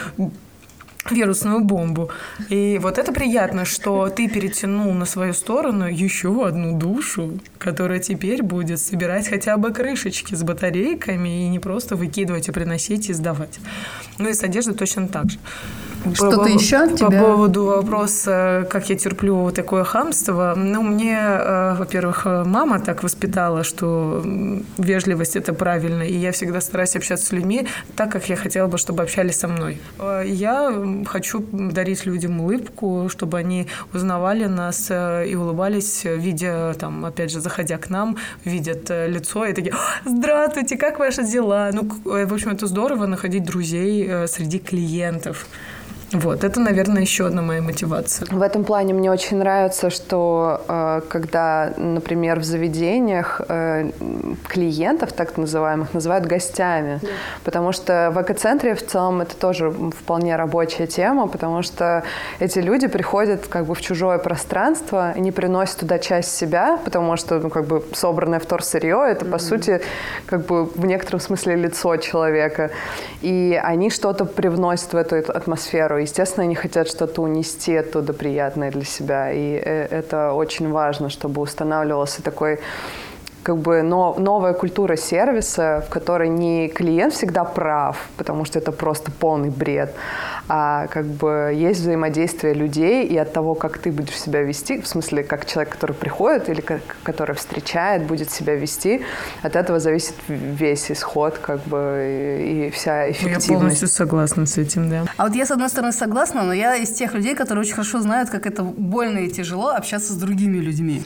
вирусную бомбу. И вот это приятно, что ты перетянул на свою сторону еще одну душу, которая теперь будет собирать хотя бы крышечки с батарейками и не просто выкидывать и приносить и сдавать. Ну и с одеждой точно так же. Что-то по, еще от тебя? По поводу вопроса, как я терплю такое хамство. Ну, мне, э, во-первых, мама так воспитала, что вежливость – это правильно, и я всегда стараюсь общаться с людьми так, как я хотела бы, чтобы общались со мной. Я хочу дарить людям улыбку, чтобы они узнавали нас и улыбались, видя, там, опять же, заходя к нам, видят лицо и такие: «Здравствуйте, как ваши дела?» Ну, в общем, это здорово находить друзей среди клиентов. Вот, это, наверное, еще одна моя мотивация. В этом плане мне очень нравится, что э, когда, например, в заведениях э, клиентов, так называемых, называют гостями. Yeah. Потому что в экоцентре в целом это тоже вполне рабочая тема, потому что эти люди приходят как бы в чужое пространство, не приносят туда часть себя, потому что, ну, как бы собранное вторсырье, это, mm-hmm. по сути, как бы в некотором смысле лицо человека. И они что-то привносят в эту атмосферу. Естественно, они хотят что-то унести оттуда приятное для себя, и это очень важно, чтобы устанавливался такой, как бы, но, новая культура сервиса, в которой не клиент всегда прав, потому что это просто полный бред, а как бы есть взаимодействие людей, и от того, как ты будешь себя вести, в смысле, как человек, который приходит или как, который встречает, будет себя вести, от этого зависит весь исход, как бы, и, и вся эффективность. Я полностью согласна с этим, да. А вот я, с одной стороны, согласна, но я из тех людей, которые очень хорошо знают, как это больно и тяжело общаться с другими людьми.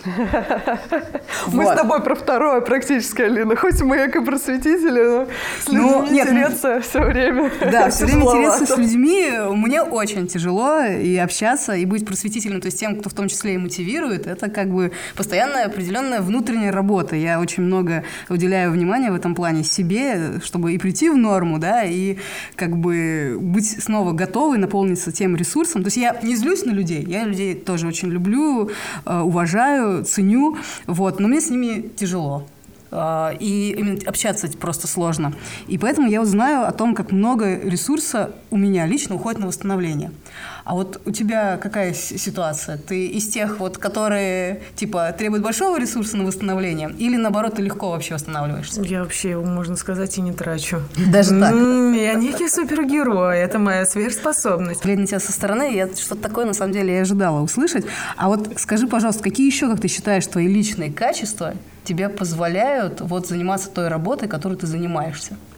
Мы с тобой про второе практически, Алина. Хоть мы эко-просветители, но с людьми тереться все время. Да, все время тереться с людьми. Мне очень тяжело и общаться, и быть просветительным, то есть тем, кто в том числе и мотивирует, это как бы постоянная определенная внутренняя работа. Я очень много уделяю внимания в этом плане себе, чтобы и прийти в норму, да, и как бы быть снова готовой наполниться тем ресурсом. То есть я не злюсь на людей, я людей тоже очень люблю, уважаю, ценю, вот, но мне с ними тяжело. И именно общаться просто сложно. И поэтому я узнаю о том, как много ресурса у меня лично уходит на восстановление. А вот у тебя какая ситуация? Ты из тех, вот, которые типа требуют большого ресурса на восстановление, или наоборот, ты легко вообще восстанавливаешься? Я вообще его, можно сказать, и не трачу. Даже так? Я некий супергерой, это моя сверхспособность. Глядя на тебя со стороны, я что-то такое на самом деле и ожидала услышать. А вот скажи, пожалуйста, какие еще, как ты считаешь, твои личные качества тебе позволяют вот заниматься той работой, которой ты занимаешься?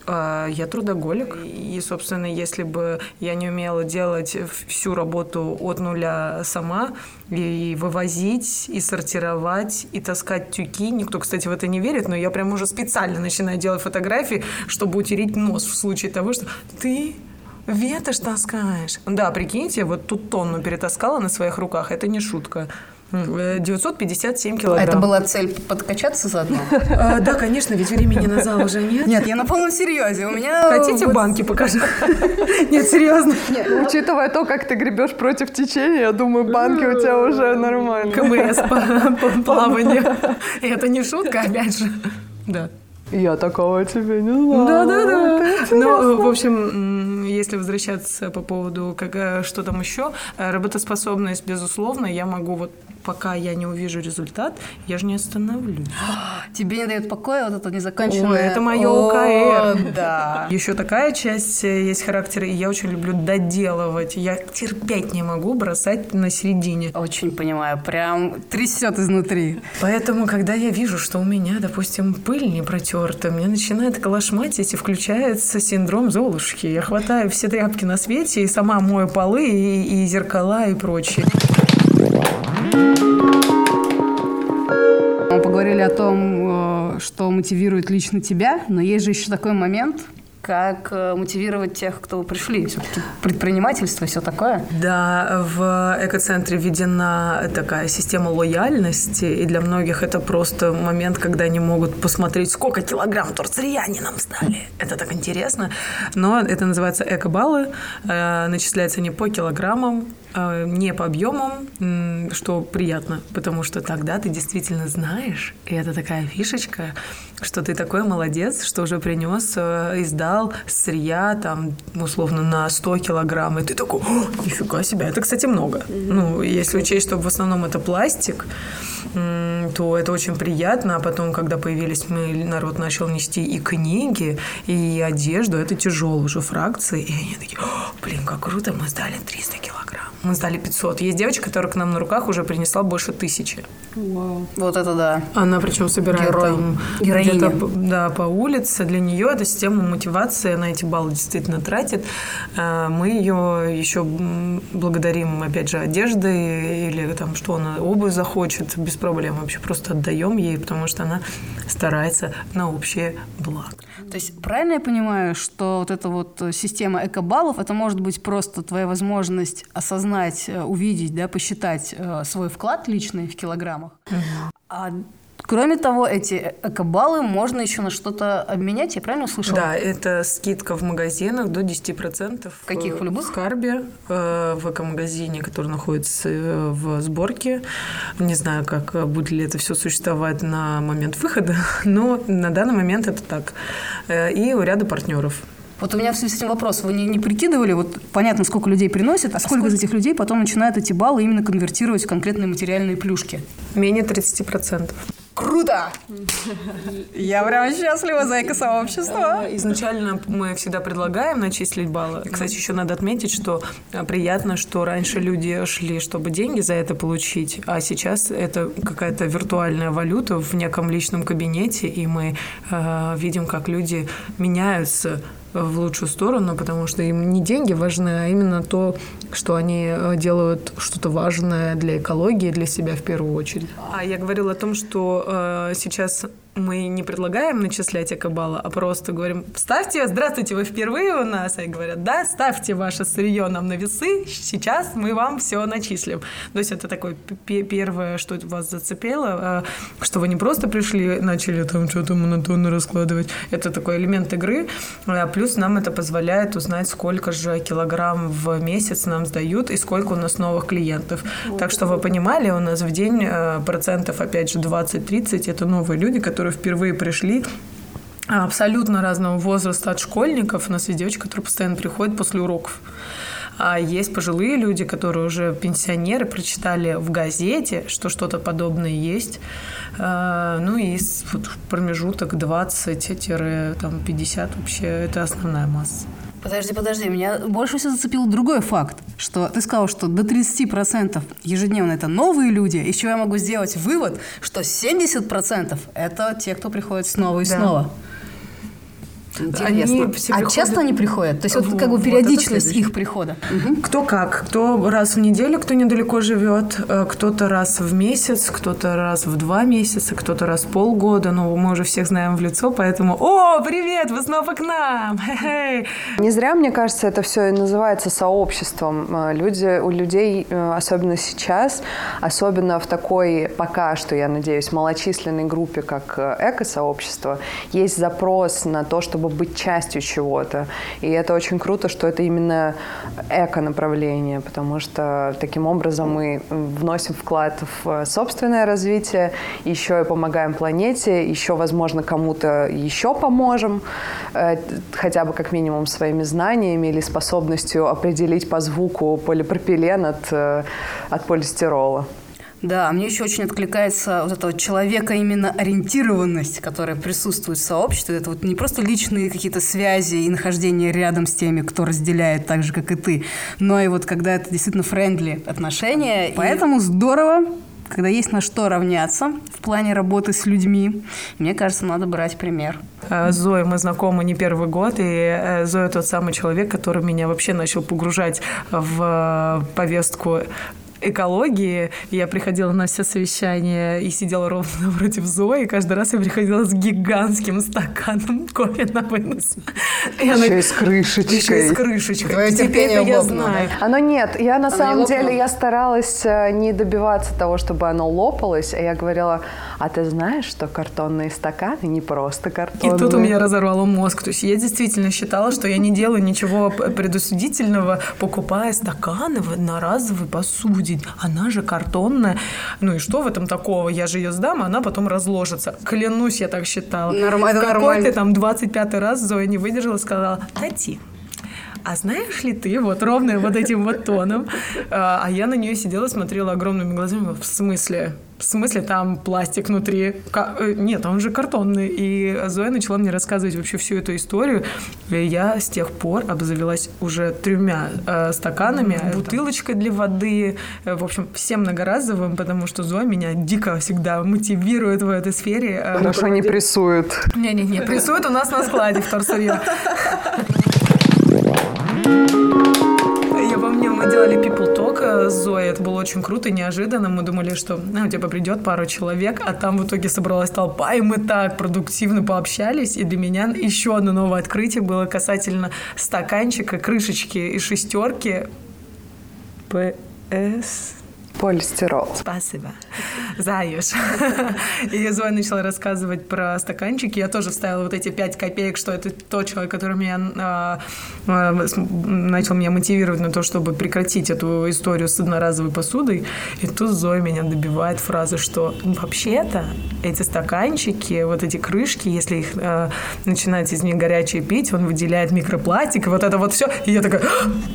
Я трудоголик. И, собственно, если бы я не умела делать всю работу от нуля сама, и вывозить, и сортировать, и таскать тюки, никто, кстати, в это не верит, но я прям уже специально начинаю делать фотографии, чтобы утереть нос в случае того, что ты ветошь таскаешь. Да, прикиньте, вот тут тонну перетаскала на своих руках, это не шутка. девятьсот пятьдесят семь килограмм. А это была цель подкачаться заодно? Да, конечно, ведь времени на зал уже нет. Нет, я на полном серьезе. У меня... Хотите банки покажу? Нет, серьезно. Учитывая то, как ты гребешь против течения, я думаю, банки у тебя уже нормально. КМС по плаванию. Это не шутка, опять же. Да. Я такого тебе не знала. Да-да-да. Ну, в общем, если возвращаться по поводу, как, что там еще, работоспособность, безусловно, я могу вот пока я не увижу результат, я же не остановлюсь. Тебе не дает покоя вот это незаконченное... Ой, это мое ОКР. Да. Еще такая часть есть характера, и я очень люблю доделывать. Я терпеть не могу бросать на середине. Очень понимаю, прям трясет изнутри. Поэтому, когда я вижу, что у меня, допустим, пыль не протерта, мне начинает колошматить, и включается синдром Золушки. Я хватаю все тряпки на свете и сама мою полы, и, и зеркала, и прочее. Мы поговорили о том, что мотивирует лично тебя, но есть же еще такой момент, как мотивировать тех, кто пришли. Все-таки предпринимательство и все такое. Да, в экоцентре введена такая система лояльности, и для многих это просто момент, когда они могут посмотреть, сколько килограмм торт-сырья они нам сдали. Это так интересно. Но это называется эко-баллы. Начисляются не по килограммам, не по объемам, что приятно, потому что тогда ты действительно знаешь, и это такая фишечка, что ты такой молодец, что уже принес и сдал сырья там, условно, на сто килограмм, и ты такой, нифига себе, это, кстати, много. Mm-hmm. Ну, если учесть, что в основном это пластик, то это очень приятно, а потом, когда появились мы, народ начал нести и книги, и одежду, это тяжелые уже фракции, и они такие, блин, как круто, мы сдали триста килограмм. Мы сдали пятьсот. Есть девочка, которая к нам на руках уже принесла больше тысячи. Вау. Вот это да. Она причем собирает Герой. там где-то да, по улице. Для нее это система мотивации. Она эти баллы действительно тратит. Мы ее еще благодарим, опять же, одеждой или там, что она обувь захочет. Без проблем. Вообще просто отдаем ей, потому что она старается на общее благо. То есть правильно я понимаю, что вот эта вот система эко-баллов, это может быть просто твоя возможность осознать, увидеть, да, посчитать свой вклад личный в килограммах. Угу. А кроме того, эти эко-баллы можно еще на что-то обменять, я правильно услышала? Да, это скидка в магазинах до десять процентов. В каких? В любых? В Карбе, в эко-магазине, который находится в Сборке. Не знаю, как будет ли это все существовать на момент выхода, но на данный момент это так. И у ряда партнеров. Вот у меня в связи с этим вопрос. Вы не, не прикидывали, вот понятно, сколько людей приносит, а сколько, а сколько из этих людей потом начинают эти баллы именно конвертировать в конкретные материальные плюшки? Менее тридцать процентов. Круто! Я прям счастлива за экосообщество. Изначально мы всегда предлагаем начислить баллы. Кстати, еще надо отметить, что приятно, что раньше люди шли, чтобы деньги за это получить, а сейчас это какая-то виртуальная валюта в неком личном кабинете, и мы э, видим, как люди меняются в лучшую сторону, потому что им не деньги важны, а именно то, что они делают что-то важное для экологии, для себя в первую очередь. А я говорила о том, что э, сейчас мы не предлагаем начислять эко-баллы, а просто говорим, ставьте, здравствуйте, вы впервые у нас, и говорят, да, ставьте ваше сырье нам на весы, сейчас мы вам все начислим. То есть это такое первое, что вас зацепило, что вы не просто пришли, начали там что-то монотонно раскладывать, это такой элемент игры, плюс нам это позволяет узнать, сколько же килограмм в месяц нам сдают и сколько у нас новых клиентов. Вот. Так что вы понимали, у нас в день процентов, опять же, двадцать-тридцать это новые люди, которые впервые пришли, абсолютно разного возраста, от школьников. У нас есть девочки, которые постоянно приходят после уроков. А есть пожилые люди, которые уже пенсионеры, прочитали в газете, что что-то подобное есть. Ну и вот промежуток двадцать-пятьдесят вообще это основная масса. Подожди, подожди, меня больше всего зацепил другой факт, что ты сказал, что до тридцать процентов ежедневно это новые люди, из чего я могу сделать вывод, что семьдесят процентов это те, кто приходит снова и да. снова. Интересно. Они все а приходят... часто они приходят? То есть вот, вот как бы периодичность вот их прихода? Угу. Кто как. Кто раз в неделю, кто недалеко живет, кто-то раз в месяц, кто-то раз в два месяца, кто-то раз в полгода. Ну, мы уже всех знаем в лицо, поэтому «О, привет, вы снова к нам!» Хе-хей. Не зря, мне кажется, это все и называется сообществом. Люди, у людей, особенно сейчас, особенно в такой, пока что, я надеюсь, малочисленной группе, как эко-сообщество, есть запрос на то, чтобы быть частью чего-то. И это очень круто, что это именно эко-направление, потому что таким образом мы вносим вклад в собственное развитие, еще и помогаем планете, еще, возможно, кому-то еще поможем, хотя бы как минимум своими знаниями или способностью определить по звуку полипропилен от, от полистирола. Да, мне еще очень откликается вот эта вот человека именно ориентированность, которая присутствует в сообществе. Это вот не просто личные какие-то связи и нахождение рядом с теми, кто разделяет так же, как и ты, но и вот когда это действительно френдли отношения. И... Поэтому здорово, когда есть на что равняться в плане работы с людьми. Мне кажется, надо брать пример. Зоя, мы знакомы не первый год, и Зоя тот самый человек, который меня вообще начал погружать в повестку экологии. Я приходила на все совещания и сидела ровно напротив Зои, и каждый раз я приходила с гигантским стаканом кофе на вынос. И еще она... и с крышечкой. Еще и с крышечкой. Твое терпение я знаю. Оно нет. Я на оно самом деле я старалась не добиваться того, чтобы оно лопалось, а я говорила, а ты знаешь, что картонные стаканы не просто картонные? И тут у меня разорвало мозг. То есть я действительно считала, что я не делаю ничего предосудительного, покупая стаканы в одноразовой посуде. Она же картонная. Ну и что в этом такого? Я же ее сдам, а она потом разложится. Клянусь, я так считала. Нормально, Какой-то нормально. там двадцать пятый раз Зоя не выдержала и сказала, Тати, а знаешь ли ты, вот ровно вот этим вот тоном, а я на нее сидела, смотрела огромными глазами, в смысле? В смысле, там пластик внутри? Нет, он же картонный. И Зоя начала мне рассказывать вообще всю эту историю. И я с тех пор обзавелась уже тремя э, стаканами, mm-hmm. бутылочкой для воды, в общем, всем многоразовым, потому что Зоя меня дико всегда мотивирует в этой сфере. Хорошо, не прессует. Не-не-не, прессует у нас на складе в Торсырье. Я помню, мы делали People Talk с Зоей, это было очень круто и неожиданно. Мы думали, что ну, типа придет пару человек, а там в итоге собралась толпа, и мы так продуктивно пообщались. И для меня еще одно новое открытие было касательно стаканчика, крышечки и шестерки. ПС... Полистирол. Спасибо. Заюш. И Зоя начала рассказывать про стаканчики. Я тоже вставила вот эти пять копеек, что это тот человек, который меня, э, э, начал меня мотивировать на то, чтобы прекратить эту историю с одноразовой посудой. И тут Зоя меня добивает фразы, что вообще-то эти стаканчики, вот эти крышки, если их э, начинать из них горячее пить, он выделяет микропластик, и вот это вот все. И я такая...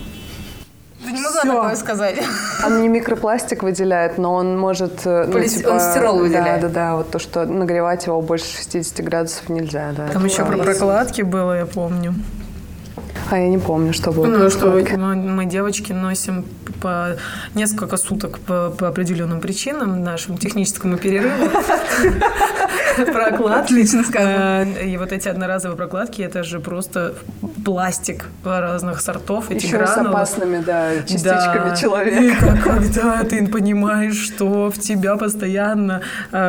Ты не могла такое сказать. Он не микропластик выделяет, но он может... Ну, Полис... типа, он стирол выделяет. Да, да, да. Вот то, что нагревать его больше шестьдесят градусов нельзя. Да, там еще про прокладки было, я помню. А я не помню, что было. Ну, что мы, мы, девочки, носим по несколько суток по, по определенным причинам, нашему техническому перерыву. Прокладки. Отлично сказано. И вот эти одноразовые прокладки, это же просто пластик разных сортов. Эти еще гранулы. С опасными, да, частичками человека. И когда ты понимаешь, что в тебя постоянно...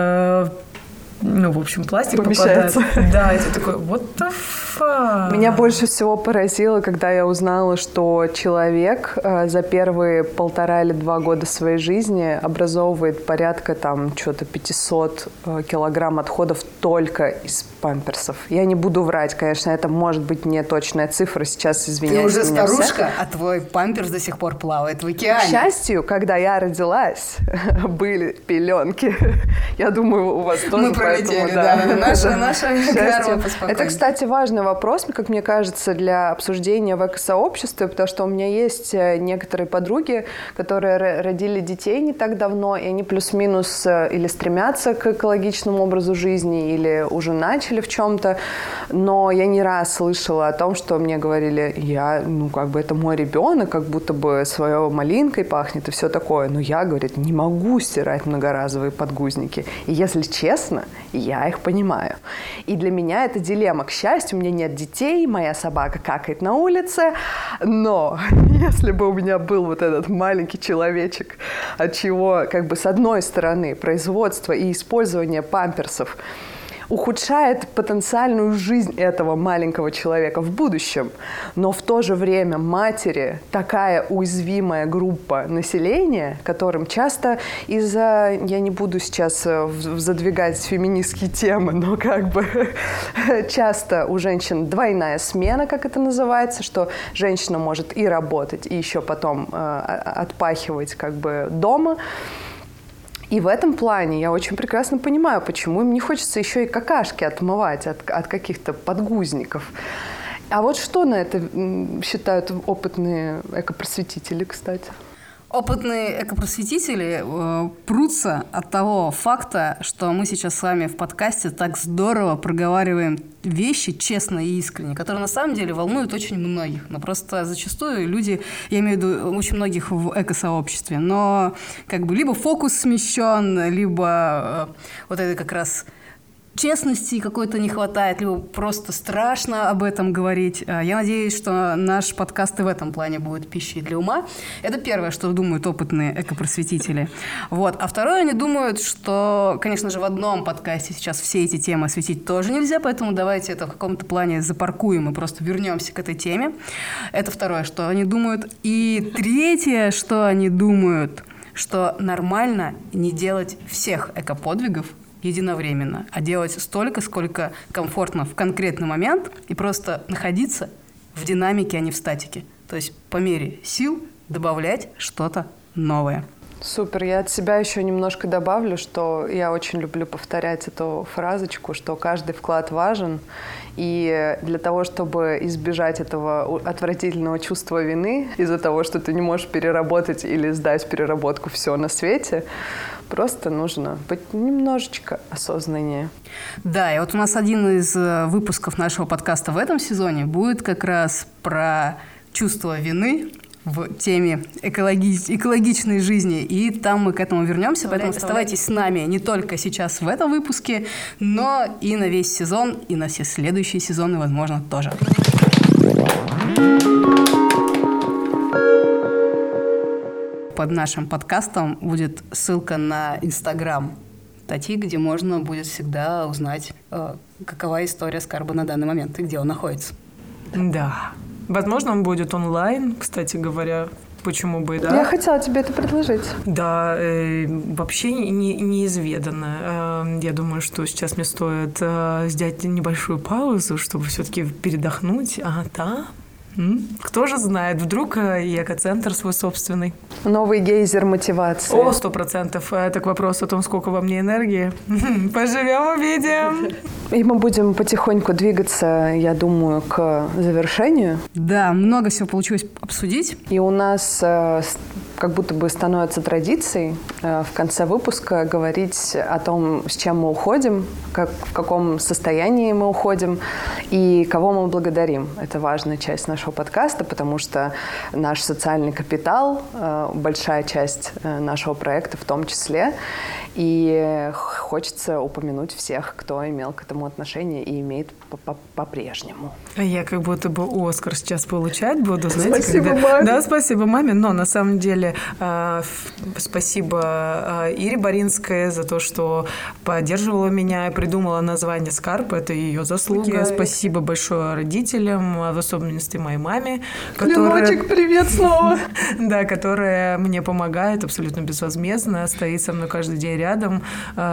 Ну, в общем, пластик помещается. Попадает. Да, это такой, what the fuck? Меня больше всего поразило, когда я узнала, что человек э, за первые полтора или два года своей жизни образовывает порядка там что-то пятьсот э, килограмм отходов только из памперсов. Я не буду врать, конечно, это может быть не точная цифра, сейчас извиняюсь. Ты уже меня старушка, вся. А твой памперс до сих пор плавает в океане. К счастью, когда я родилась, были пеленки. Я думаю, у вас тоже. Мы пролетели, да. да. Наша, наша Гарва поспокойнее. Это, кстати, важный вопрос, как мне кажется, для обсуждения в экосообществе, потому что у меня есть некоторые подруги, которые родили детей не так давно, и они плюс-минус или стремятся к экологичному образу жизни, или уже начали в чем-то, но я не раз слышала о том, что мне говорили, я, ну, как бы это мой ребенок, как будто бы своей малинкой пахнет и все такое, но я, говорит, не могу стирать многоразовые подгузники, и если честно, я их понимаю. И для меня это дилемма. К счастью, у меня нет детей, моя собака какает на улице, но если бы у меня был вот этот маленький человечек, от чего, как бы, с одной стороны, производство и использование памперсов ухудшает потенциальную жизнь этого маленького человека в будущем. Но в то же время матери такая уязвимая группа населения, которым часто из-за, я не буду сейчас задвигать феминистские темы, но как бы часто у женщин двойная смена, как это называется, что женщина может и работать, и еще потом э, отпахивать как бы дома. И в этом плане я очень прекрасно понимаю, почему им не хочется еще и какашки отмывать от, от каких-то подгузников. А вот что на это считают опытные экопросветители, кстати? Опытные экопросветители э, прутся от того факта, что мы сейчас с вами в подкасте так здорово проговариваем вещи честно и искренне, которые на самом деле волнуют очень многих. Но просто зачастую люди, я имею в виду очень многих в экосообществе, но как бы либо фокус смещен, либо э, вот это как раз... честности какой-то не хватает, либо просто страшно об этом говорить. Я надеюсь, что наш подкаст и в этом плане будет пищей для ума. Это первое, что думают опытные экопросветители. Вот. А второе, они думают, что, конечно же, в одном подкасте сейчас все эти темы осветить тоже нельзя, поэтому давайте это в каком-то плане запаркуем и просто вернемся к этой теме. Это второе, что они думают. И третье, что они думают, что нормально не делать всех экоподвигов единовременно, а делать столько, сколько комфортно в конкретный момент и просто находиться в динамике, а не в статике. То есть по мере сил добавлять что-то новое. Супер. Я от себя еще немножко добавлю, что я очень люблю повторять эту фразочку, что каждый вклад важен. И для того, чтобы избежать этого отвратительного чувства вины из-за того, что ты не можешь переработать или сдать в переработку все на свете, просто нужно быть немножечко осознаннее. Да, и вот у нас один из выпусков нашего подкаста в этом сезоне будет как раз про чувство вины в теме экологи... экологичной жизни. И там мы к этому вернемся. Поэтому оставайтесь с нами не только сейчас в этом выпуске, но и на весь сезон, и на все следующие сезоны, возможно, тоже. Под нашим подкастом будет ссылка на Инстаграм Тати, где можно будет всегда узнать, какова история Скарба на данный момент и где он находится. Да. Возможно, он будет онлайн, кстати говоря. Почему бы и да. Я хотела тебе это предложить. Да, э, вообще не, неизведанно. Э, я думаю, что сейчас мне стоит э, сделать небольшую паузу, чтобы все-таки передохнуть. А там... Кто же знает, вдруг и экоцентр свой собственный. Новый гейзер мотивации. О, сто процентов. Это к вопросу о том, сколько во мне энергии. Поживем, увидим. И мы будем потихоньку двигаться, я думаю, к завершению. Да, много всего получилось обсудить. И у нас э, как будто бы становится традицией э, в конце выпуска говорить о том, с чем мы уходим, как, в каком состоянии мы уходим и кого мы благодарим. Это важная часть нашего подкаста, потому что наш социальный капитал, э, большая часть э, нашего проекта в том числе. И хочется упомянуть всех, кто имел к этому отношение и имеет по-прежнему. А я как будто бы Оскар сейчас получать буду. Знаете, спасибо когда... маме. Да, спасибо маме. Но на самом деле э, спасибо э, Ире Боринской за то, что поддерживала меня и придумала название «Скарб». Это ее заслуга. Okay. Спасибо большое родителям, в особенности моей маме. Клиночек, которая... привет снова! Да, которая мне помогает абсолютно безвозмездно, стоит со мной каждый день рядом,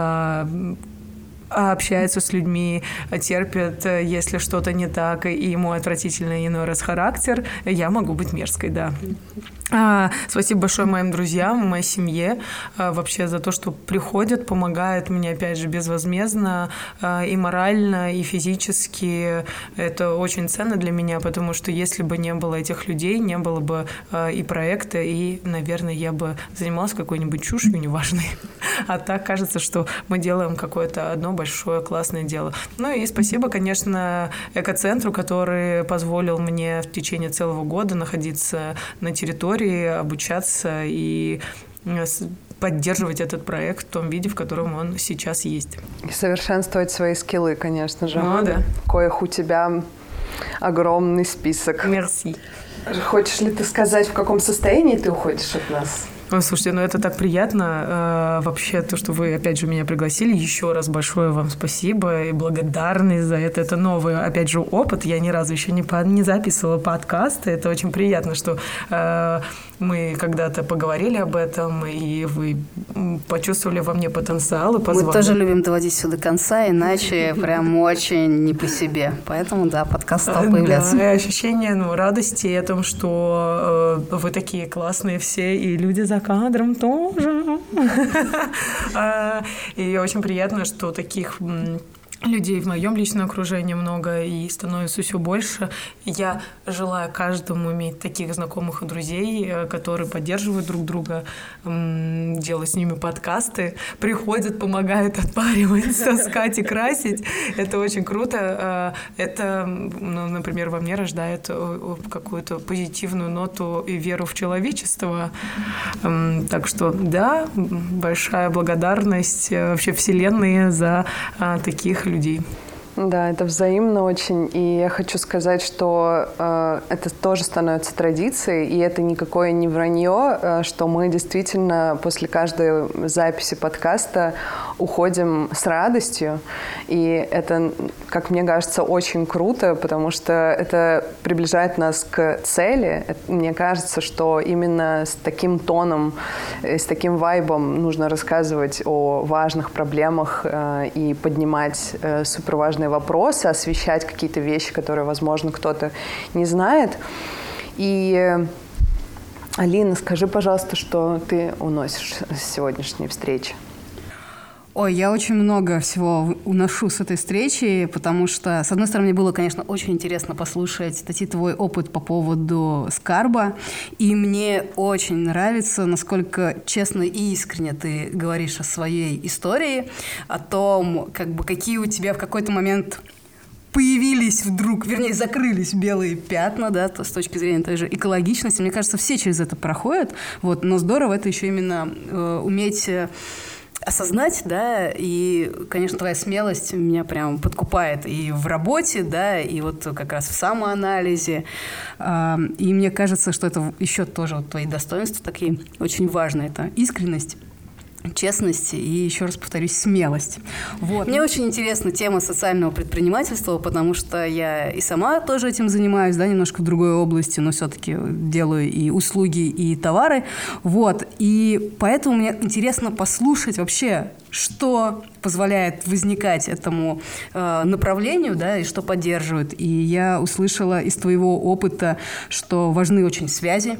общается с людьми, терпит, если что-то не так, и ему отвратительный иной раз характер, я могу быть мерзкой, да. А, спасибо большое моим друзьям, моей семье а, вообще за то, что приходят, помогают мне, опять же, безвозмездно а, и морально, и физически. Это очень ценно для меня, потому что если бы не было этих людей, не было бы а, и проекта, и, наверное, я бы занималась какой-нибудь чушью неважной. А так кажется, что мы делаем какое-то одно большое классное дело. Ну и спасибо, конечно, экоцентру, который позволил мне в течение целого года находиться на территории, обучаться и поддерживать этот проект в том виде, в котором он сейчас есть. И совершенствовать свои скиллы, конечно же. Ну, да. Коих у тебя огромный список. Мерси. Хочешь ли ты сказать, в каком состоянии ты уходишь от нас? Ой, слушайте, ну это так приятно. Вообще, то, что вы, опять же, меня пригласили, еще раз большое вам спасибо и благодарность за это. Это новый, опять же, опыт. Я ни разу еще не, по, не записывала подкасты. Это очень приятно, что э, мы когда-то поговорили об этом, и вы почувствовали во мне потенциал и позвали. Мы тоже любим доводить все до конца, иначе прям очень не по себе. Поэтому, да, подкаст стал появляться. Да, и ощущение, ну, радости о том, что э, вы такие классные все, и люди за кадром тоже. И очень приятно, что таких людей в моем личном окружении много и становится все больше. Я желаю каждому иметь таких знакомых и друзей, которые поддерживают друг друга, делать с ними подкасты, приходят, помогают отпаривать, таскать и красить. Это очень круто. Это, ну, например, во мне рождает какую-то позитивную ноту и веру в человечество. Так что, да, большая благодарность вообще Вселенной за таких людей. Да, это взаимно очень. И я хочу сказать, что э, это тоже становится традицией, и это никакое не вранье, э, что мы действительно после каждой записи подкаста уходим с радостью. И это, как мне кажется, очень круто, потому что это приближает нас к цели. Это, мне кажется, что именно с таким тоном, с таким вайбом нужно рассказывать о важных проблемах э, и поднимать э, суперважные вопросы, освещать какие-то вещи, которые, возможно, кто-то не знает. И, Алина, скажи, пожалуйста, что ты уносишь с сегодняшней встречи? Ой, я очень много всего уношу с этой встречи, потому что, с одной стороны, мне было, конечно, очень интересно послушать, Тати, твой опыт по поводу Скарба, и мне очень нравится, насколько честно и искренне ты говоришь о своей истории, о том, как бы, какие у тебя в какой-то момент появились вдруг, вернее, закрылись белые пятна, да, с точки зрения той же экологичности. Мне кажется, все через это проходят, вот, но здорово это еще именно э, уметь осознать, да, и, конечно, твоя смелость меня прям подкупает и в работе, да, и вот как раз в самоанализе. И мне кажется, что это еще тоже вот твои достоинства такие очень важные. Это искренность, честность и, еще раз повторюсь, смелость. Вот. Мне очень интересна тема социального предпринимательства, потому что я и сама тоже этим занимаюсь, да, немножко в другой области, но все-таки делаю и услуги, и товары. Вот. И поэтому мне интересно послушать вообще, что позволяет возникать этому э, направлению, да, и что поддерживает. И я услышала из твоего опыта, что важны очень связи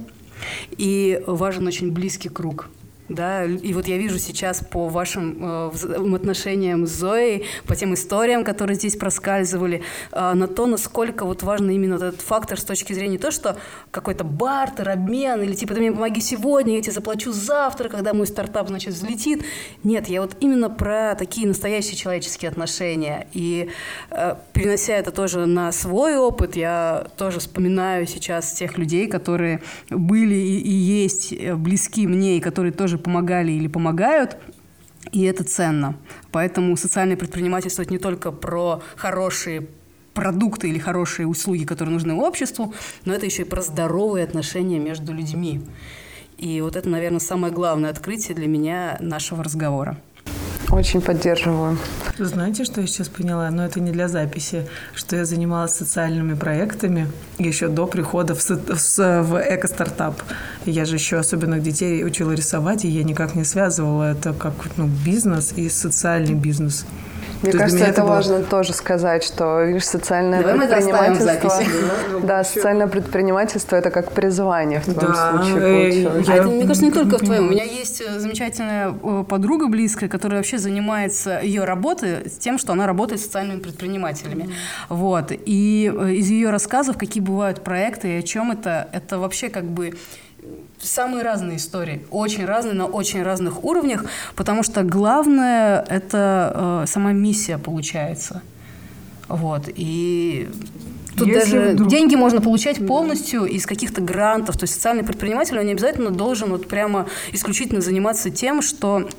и важен очень близкий круг. Да, и вот я вижу сейчас по вашим э, взаимоотношениям с Зоей, по тем историям, которые здесь проскальзывали, э, на то, насколько вот важен именно этот фактор с точки зрения не то, что какой-то бартер, обмен, или типа ты мне помоги сегодня, я тебе заплачу завтра, когда мой стартап, значит, взлетит. Нет, я вот именно про такие настоящие человеческие отношения. И э, перенося это тоже на свой опыт, я тоже вспоминаю сейчас тех людей, которые были и, и есть близки мне, и которые тоже помогали или помогают, и это ценно. Поэтому социальное предпринимательство – это не только про хорошие продукты или хорошие услуги, которые нужны обществу, но это еще и про здоровые отношения между людьми. И вот это, наверное, самое главное открытие для меня нашего разговора. Очень поддерживаю. Знаете, что я сейчас поняла? Но это не для записи, что я занималась социальными проектами еще до прихода в, в, в эко-стартап. Я же еще особенных детей учила рисовать, и я никак не связывала это как, ну, бизнес и социальный бизнес. Мне То кажется, это, это было... важно тоже сказать, что, видишь, социальное Давай предпринимательство... Да, социальное предпринимательство – это как призвание в твоем да, случае я... получилось. А это, мне кажется, не только в твоем. У меня есть замечательная подруга близкая, которая вообще занимается ее работой с тем, что она работает с социальными предпринимателями. Mm-hmm. Вот. И из ее рассказов, какие бывают проекты и о чем это, это вообще как бы... Самые разные истории, очень разные, на очень разных уровнях, потому что главное – это э, сама миссия получается. Вот. И тут Если даже вдруг... деньги можно получать полностью из каких-то грантов. То есть социальный предприниматель, он не обязательно должен вот прямо исключительно заниматься тем, что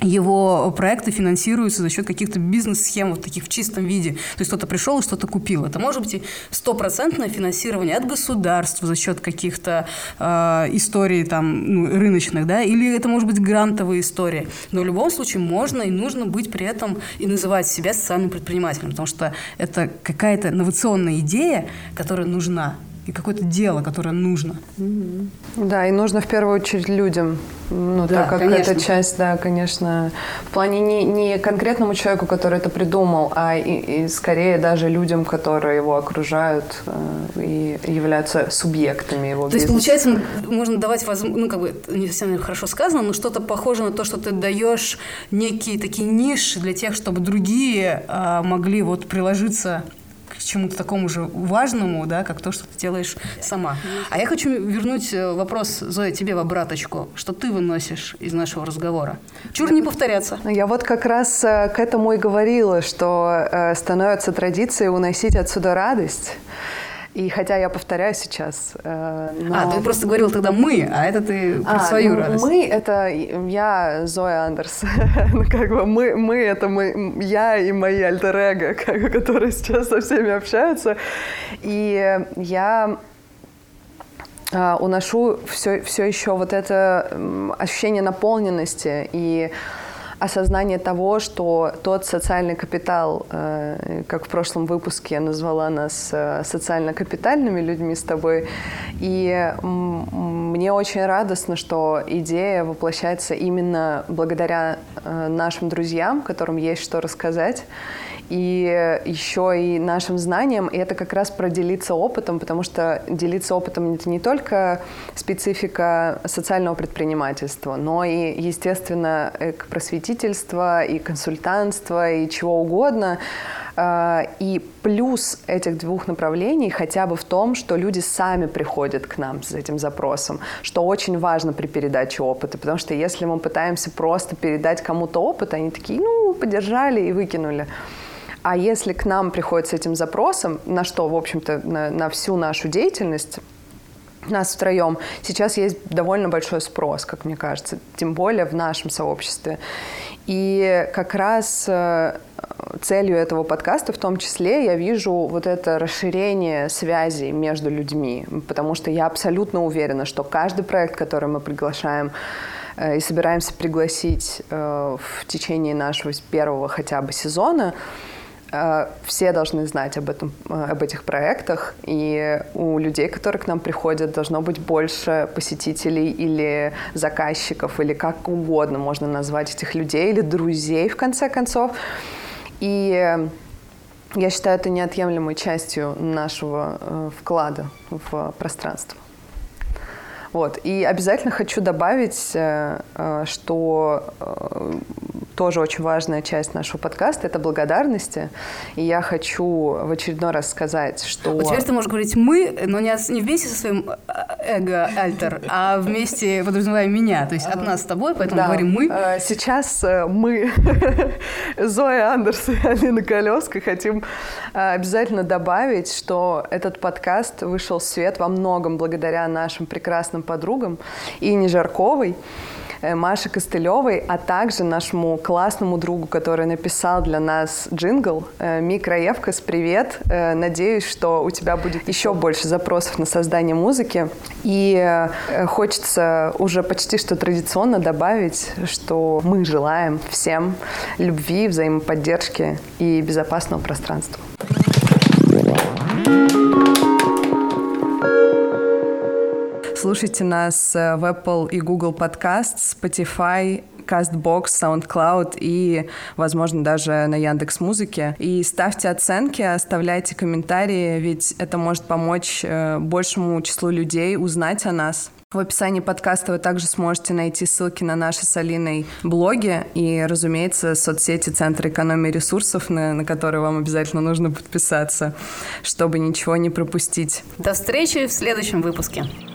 его проекты финансируются за счет каких-то бизнес-схем вот таких в чистом виде. То есть кто-то пришел и что-то купил. Это может быть и стопроцентное финансирование от государства за счет каких-то э, историй там, ну, рыночных, да, или это может быть грантовые истории. Но в любом случае можно и нужно быть при этом и называть себя социальным предпринимателем, потому что это какая-то инновационная идея, которая нужна, и какое-то дело, которое нужно. Mm-hmm. Да, и нужно в первую очередь людям. Ну, да, так как конечно. Эта часть, да, конечно, в плане не, не конкретному человеку, который это придумал, а и, и скорее даже людям, которые его окружают э, и являются субъектами его то бизнеса. То есть, получается, можно давать, ну, как бы, не совсем хорошо сказано, но что-то похоже на то, что ты даешь некие такие ниши для тех, чтобы другие э, могли вот приложиться к чему-то такому же важному, да, как то, что ты делаешь сама. А я хочу вернуть вопрос, Зоя, тебе в обраточку. Что ты выносишь из нашего разговора? Чур не повторяться. Я вот как раз к этому и говорила, что становится традицией уносить отсюда радость. И хотя я повторяю сейчас. Э, но... А, ты просто говорил тогда «мы», а это ты про а, свою ну, радость. «Мы» — это я, Зоя Андерс. как бы мы, мы — это мы, я и мои альтер-эго, как, которые сейчас со всеми общаются. И я э, уношу все, все еще вот это ощущение наполненности и осознание того, что тот социальный капитал, э, как в прошлом выпуске я назвала нас э, социально-капитальными людьми с тобой, и м- мне очень радостно, что идея воплощается именно благодаря э, нашим друзьям, которым есть что рассказать, и еще и нашим знаниям, и это как раз про делиться опытом, потому что делиться опытом — это не только специфика социального предпринимательства, но и, естественно, просветительство, и консультантство, и чего угодно. И плюс этих двух направлений хотя бы в том, что люди сами приходят к нам с этим запросом, что очень важно при передаче опыта, потому что если мы пытаемся просто передать кому-то опыт, они такие, ну, подержали и выкинули. А если к нам приходят с этим запросом, на что, в общем-то, на, на всю нашу деятельность, нас втроем, сейчас есть довольно большой спрос, как мне кажется, тем более в нашем сообществе. И как раз э, целью этого подкаста в том числе я вижу вот это расширение связей между людьми, потому что я абсолютно уверена, что каждый проект, который мы приглашаем э, и собираемся пригласить э, в течение нашего первого хотя бы сезона, все должны знать об этом, об этих проектах, и у людей, которые к нам приходят, должно быть больше посетителей или заказчиков, или как угодно можно назвать этих людей, или друзей, в конце концов. И я считаю это неотъемлемой частью нашего вклада в пространство. Вот. И обязательно хочу добавить, что тоже очень важная часть нашего подкаста — это благодарности. И я хочу в очередной раз сказать, что... Вот теперь ты можешь говорить «мы», но не, от, не вместе со своим эго-альтер, а вместе подразумевая меня. То есть от нас с тобой, поэтому да. говорим «мы». Сейчас мы, Зоя Андерс и Алина Колевская, хотим обязательно добавить, что этот подкаст вышел в свет во многом благодаря нашим прекрасным подругам Ине Жарковой, Маше Костылевой, а также нашему классному другу, который написал для нас джингл, Микро Евкос, привет. Надеюсь, что у тебя будет еще больше запросов на создание музыки. И хочется уже почти что традиционно добавить, что мы желаем всем любви, взаимоподдержки и безопасного пространства. Слушайте нас в Apple и Google Podcast, Spotify, CastBox, SoundCloud и, возможно, даже на Яндекс.Музыке. И ставьте оценки, оставляйте комментарии, ведь это может помочь большему числу людей узнать о нас. В описании подкаста вы также сможете найти ссылки на наши с Алиной блоги и, разумеется, соцсети Центра экономии ресурсов, на, на которые вам обязательно нужно подписаться, чтобы ничего не пропустить. До встречи в следующем выпуске.